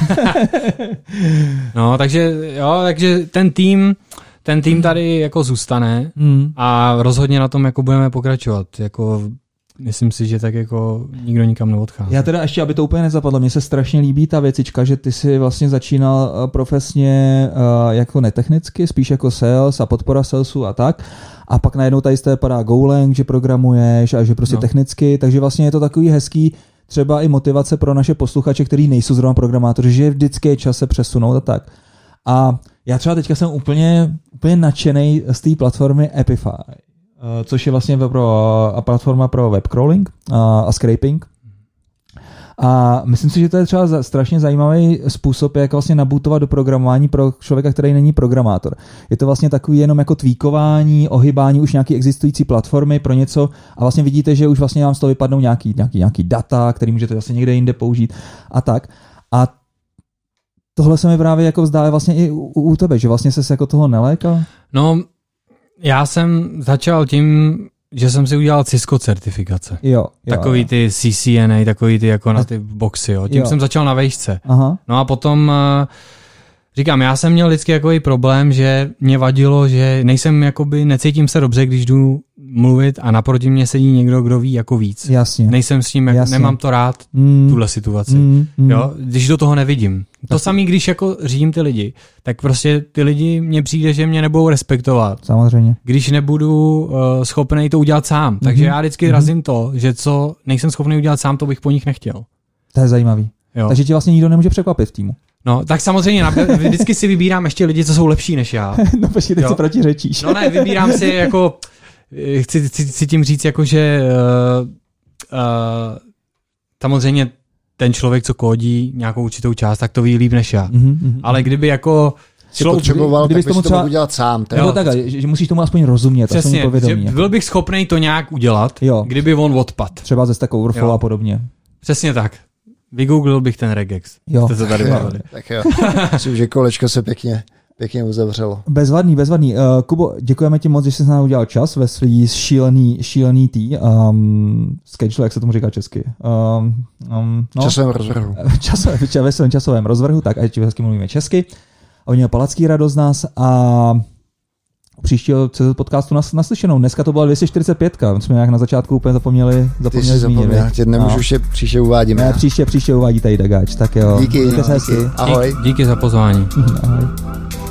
No, takže ten tým tady jako zůstane a rozhodně na tom jako budeme pokračovat. Jako myslím si, že tak jako nikdo nikam neodchází. Já teda ještě, aby to úplně nezapadlo, mně se strašně líbí ta věcička, že ty jsi vlastně začínal profesně jako netechnicky, spíš jako sales a podpora salesu a tak. A pak najednou tady z té padá Golang, že programuješ a že prostě technicky, takže vlastně je to takový hezký třeba i motivace pro naše posluchače, kteří nejsou zrovna programátoři, že vždycky je čas se přesunout a tak. A já třeba teďka jsem úplně nadšenej z té platformy Epify, což je vlastně platforma pro web crawling a scraping. A myslím si, že to je třeba strašně zajímavý způsob, jak vlastně nabootovat do programování pro člověka, který není programátor. Je to vlastně takový jenom jako tweakování, ohybání už nějaký existující platformy pro něco a vlastně vidíte, že už vlastně vám z toho vypadnou nějaký data, který můžete vlastně někde jinde použít a tak. A tohle se mi právě jako zdá vlastně i u tebe, že vlastně ses jako toho nelékal? No, já jsem začal tím, že jsem si udělal Cisco certifikace. Takový ty CCNA, takový ty jako na ty boxy, jo. Tím jsem začal na vejšce. Aha. No a potom říkám, já jsem měl vždycky takový problém, že mě vadilo, že necítím se dobře, když jdu mluvit a naproti mě sedí někdo, kdo ví jako víc. Jasně. Nejsem s ním, nemám to rád, tuhle situaci. Jo? Když do toho nevidím. To samé, když jako řídím ty lidi, tak prostě ty lidi mně přijde, že mě nebudou respektovat. Samozřejmě. Když nebudu schopný to udělat sám. Takže já vždycky razím to, že co nejsem schopný udělat sám, to bych po nich nechtěl. To je zajímavý. Jo. Takže ti vlastně nikdo nemůže překvapit v týmu. No, tak samozřejmě, vždycky si vybírám ještě lidi, co jsou lepší než já. No počkej, teď si protiřečíš. No ne, vybírám si jako, chci tím říct, jako že samozřejmě ten člověk, co kódí nějakou určitou část, tak to ví líp než já. Ale kdyby jako potřeboval, tak bys to mohl udělat sám. Jo, tak, že musíš tomu aspoň rozumět. Přesně, že byl bych schopný to nějak udělat, kdyby on odpad. Třeba ze Stack Overflow a podobně. Přesně tak. Vygooglil bych ten regex. Jo. Jste se tady bavili. Tak jo. Myslím, že kolečko se pěkně uzavřelo. Bezvadný. Kubo, děkujeme ti moc, že jsi s námi udělal čas ve svý šílený schedule, jak se tomu říká česky. Časovém rozvrhu. Ve svém časovém rozvrhu, tak ať hezky mluvíme česky. A měl Palacký radost z nás a příštího CZ podcastu naslyšenou. Dneska to byla 245. My jsme nějak na začátku úplně zapomněli zmínit. Tě nemůžu už příště uvádíme. Ne, příště uvádí tady Dagáč. Tak jo. Díky. Ahoj. Díky za pozvání. Ahoj.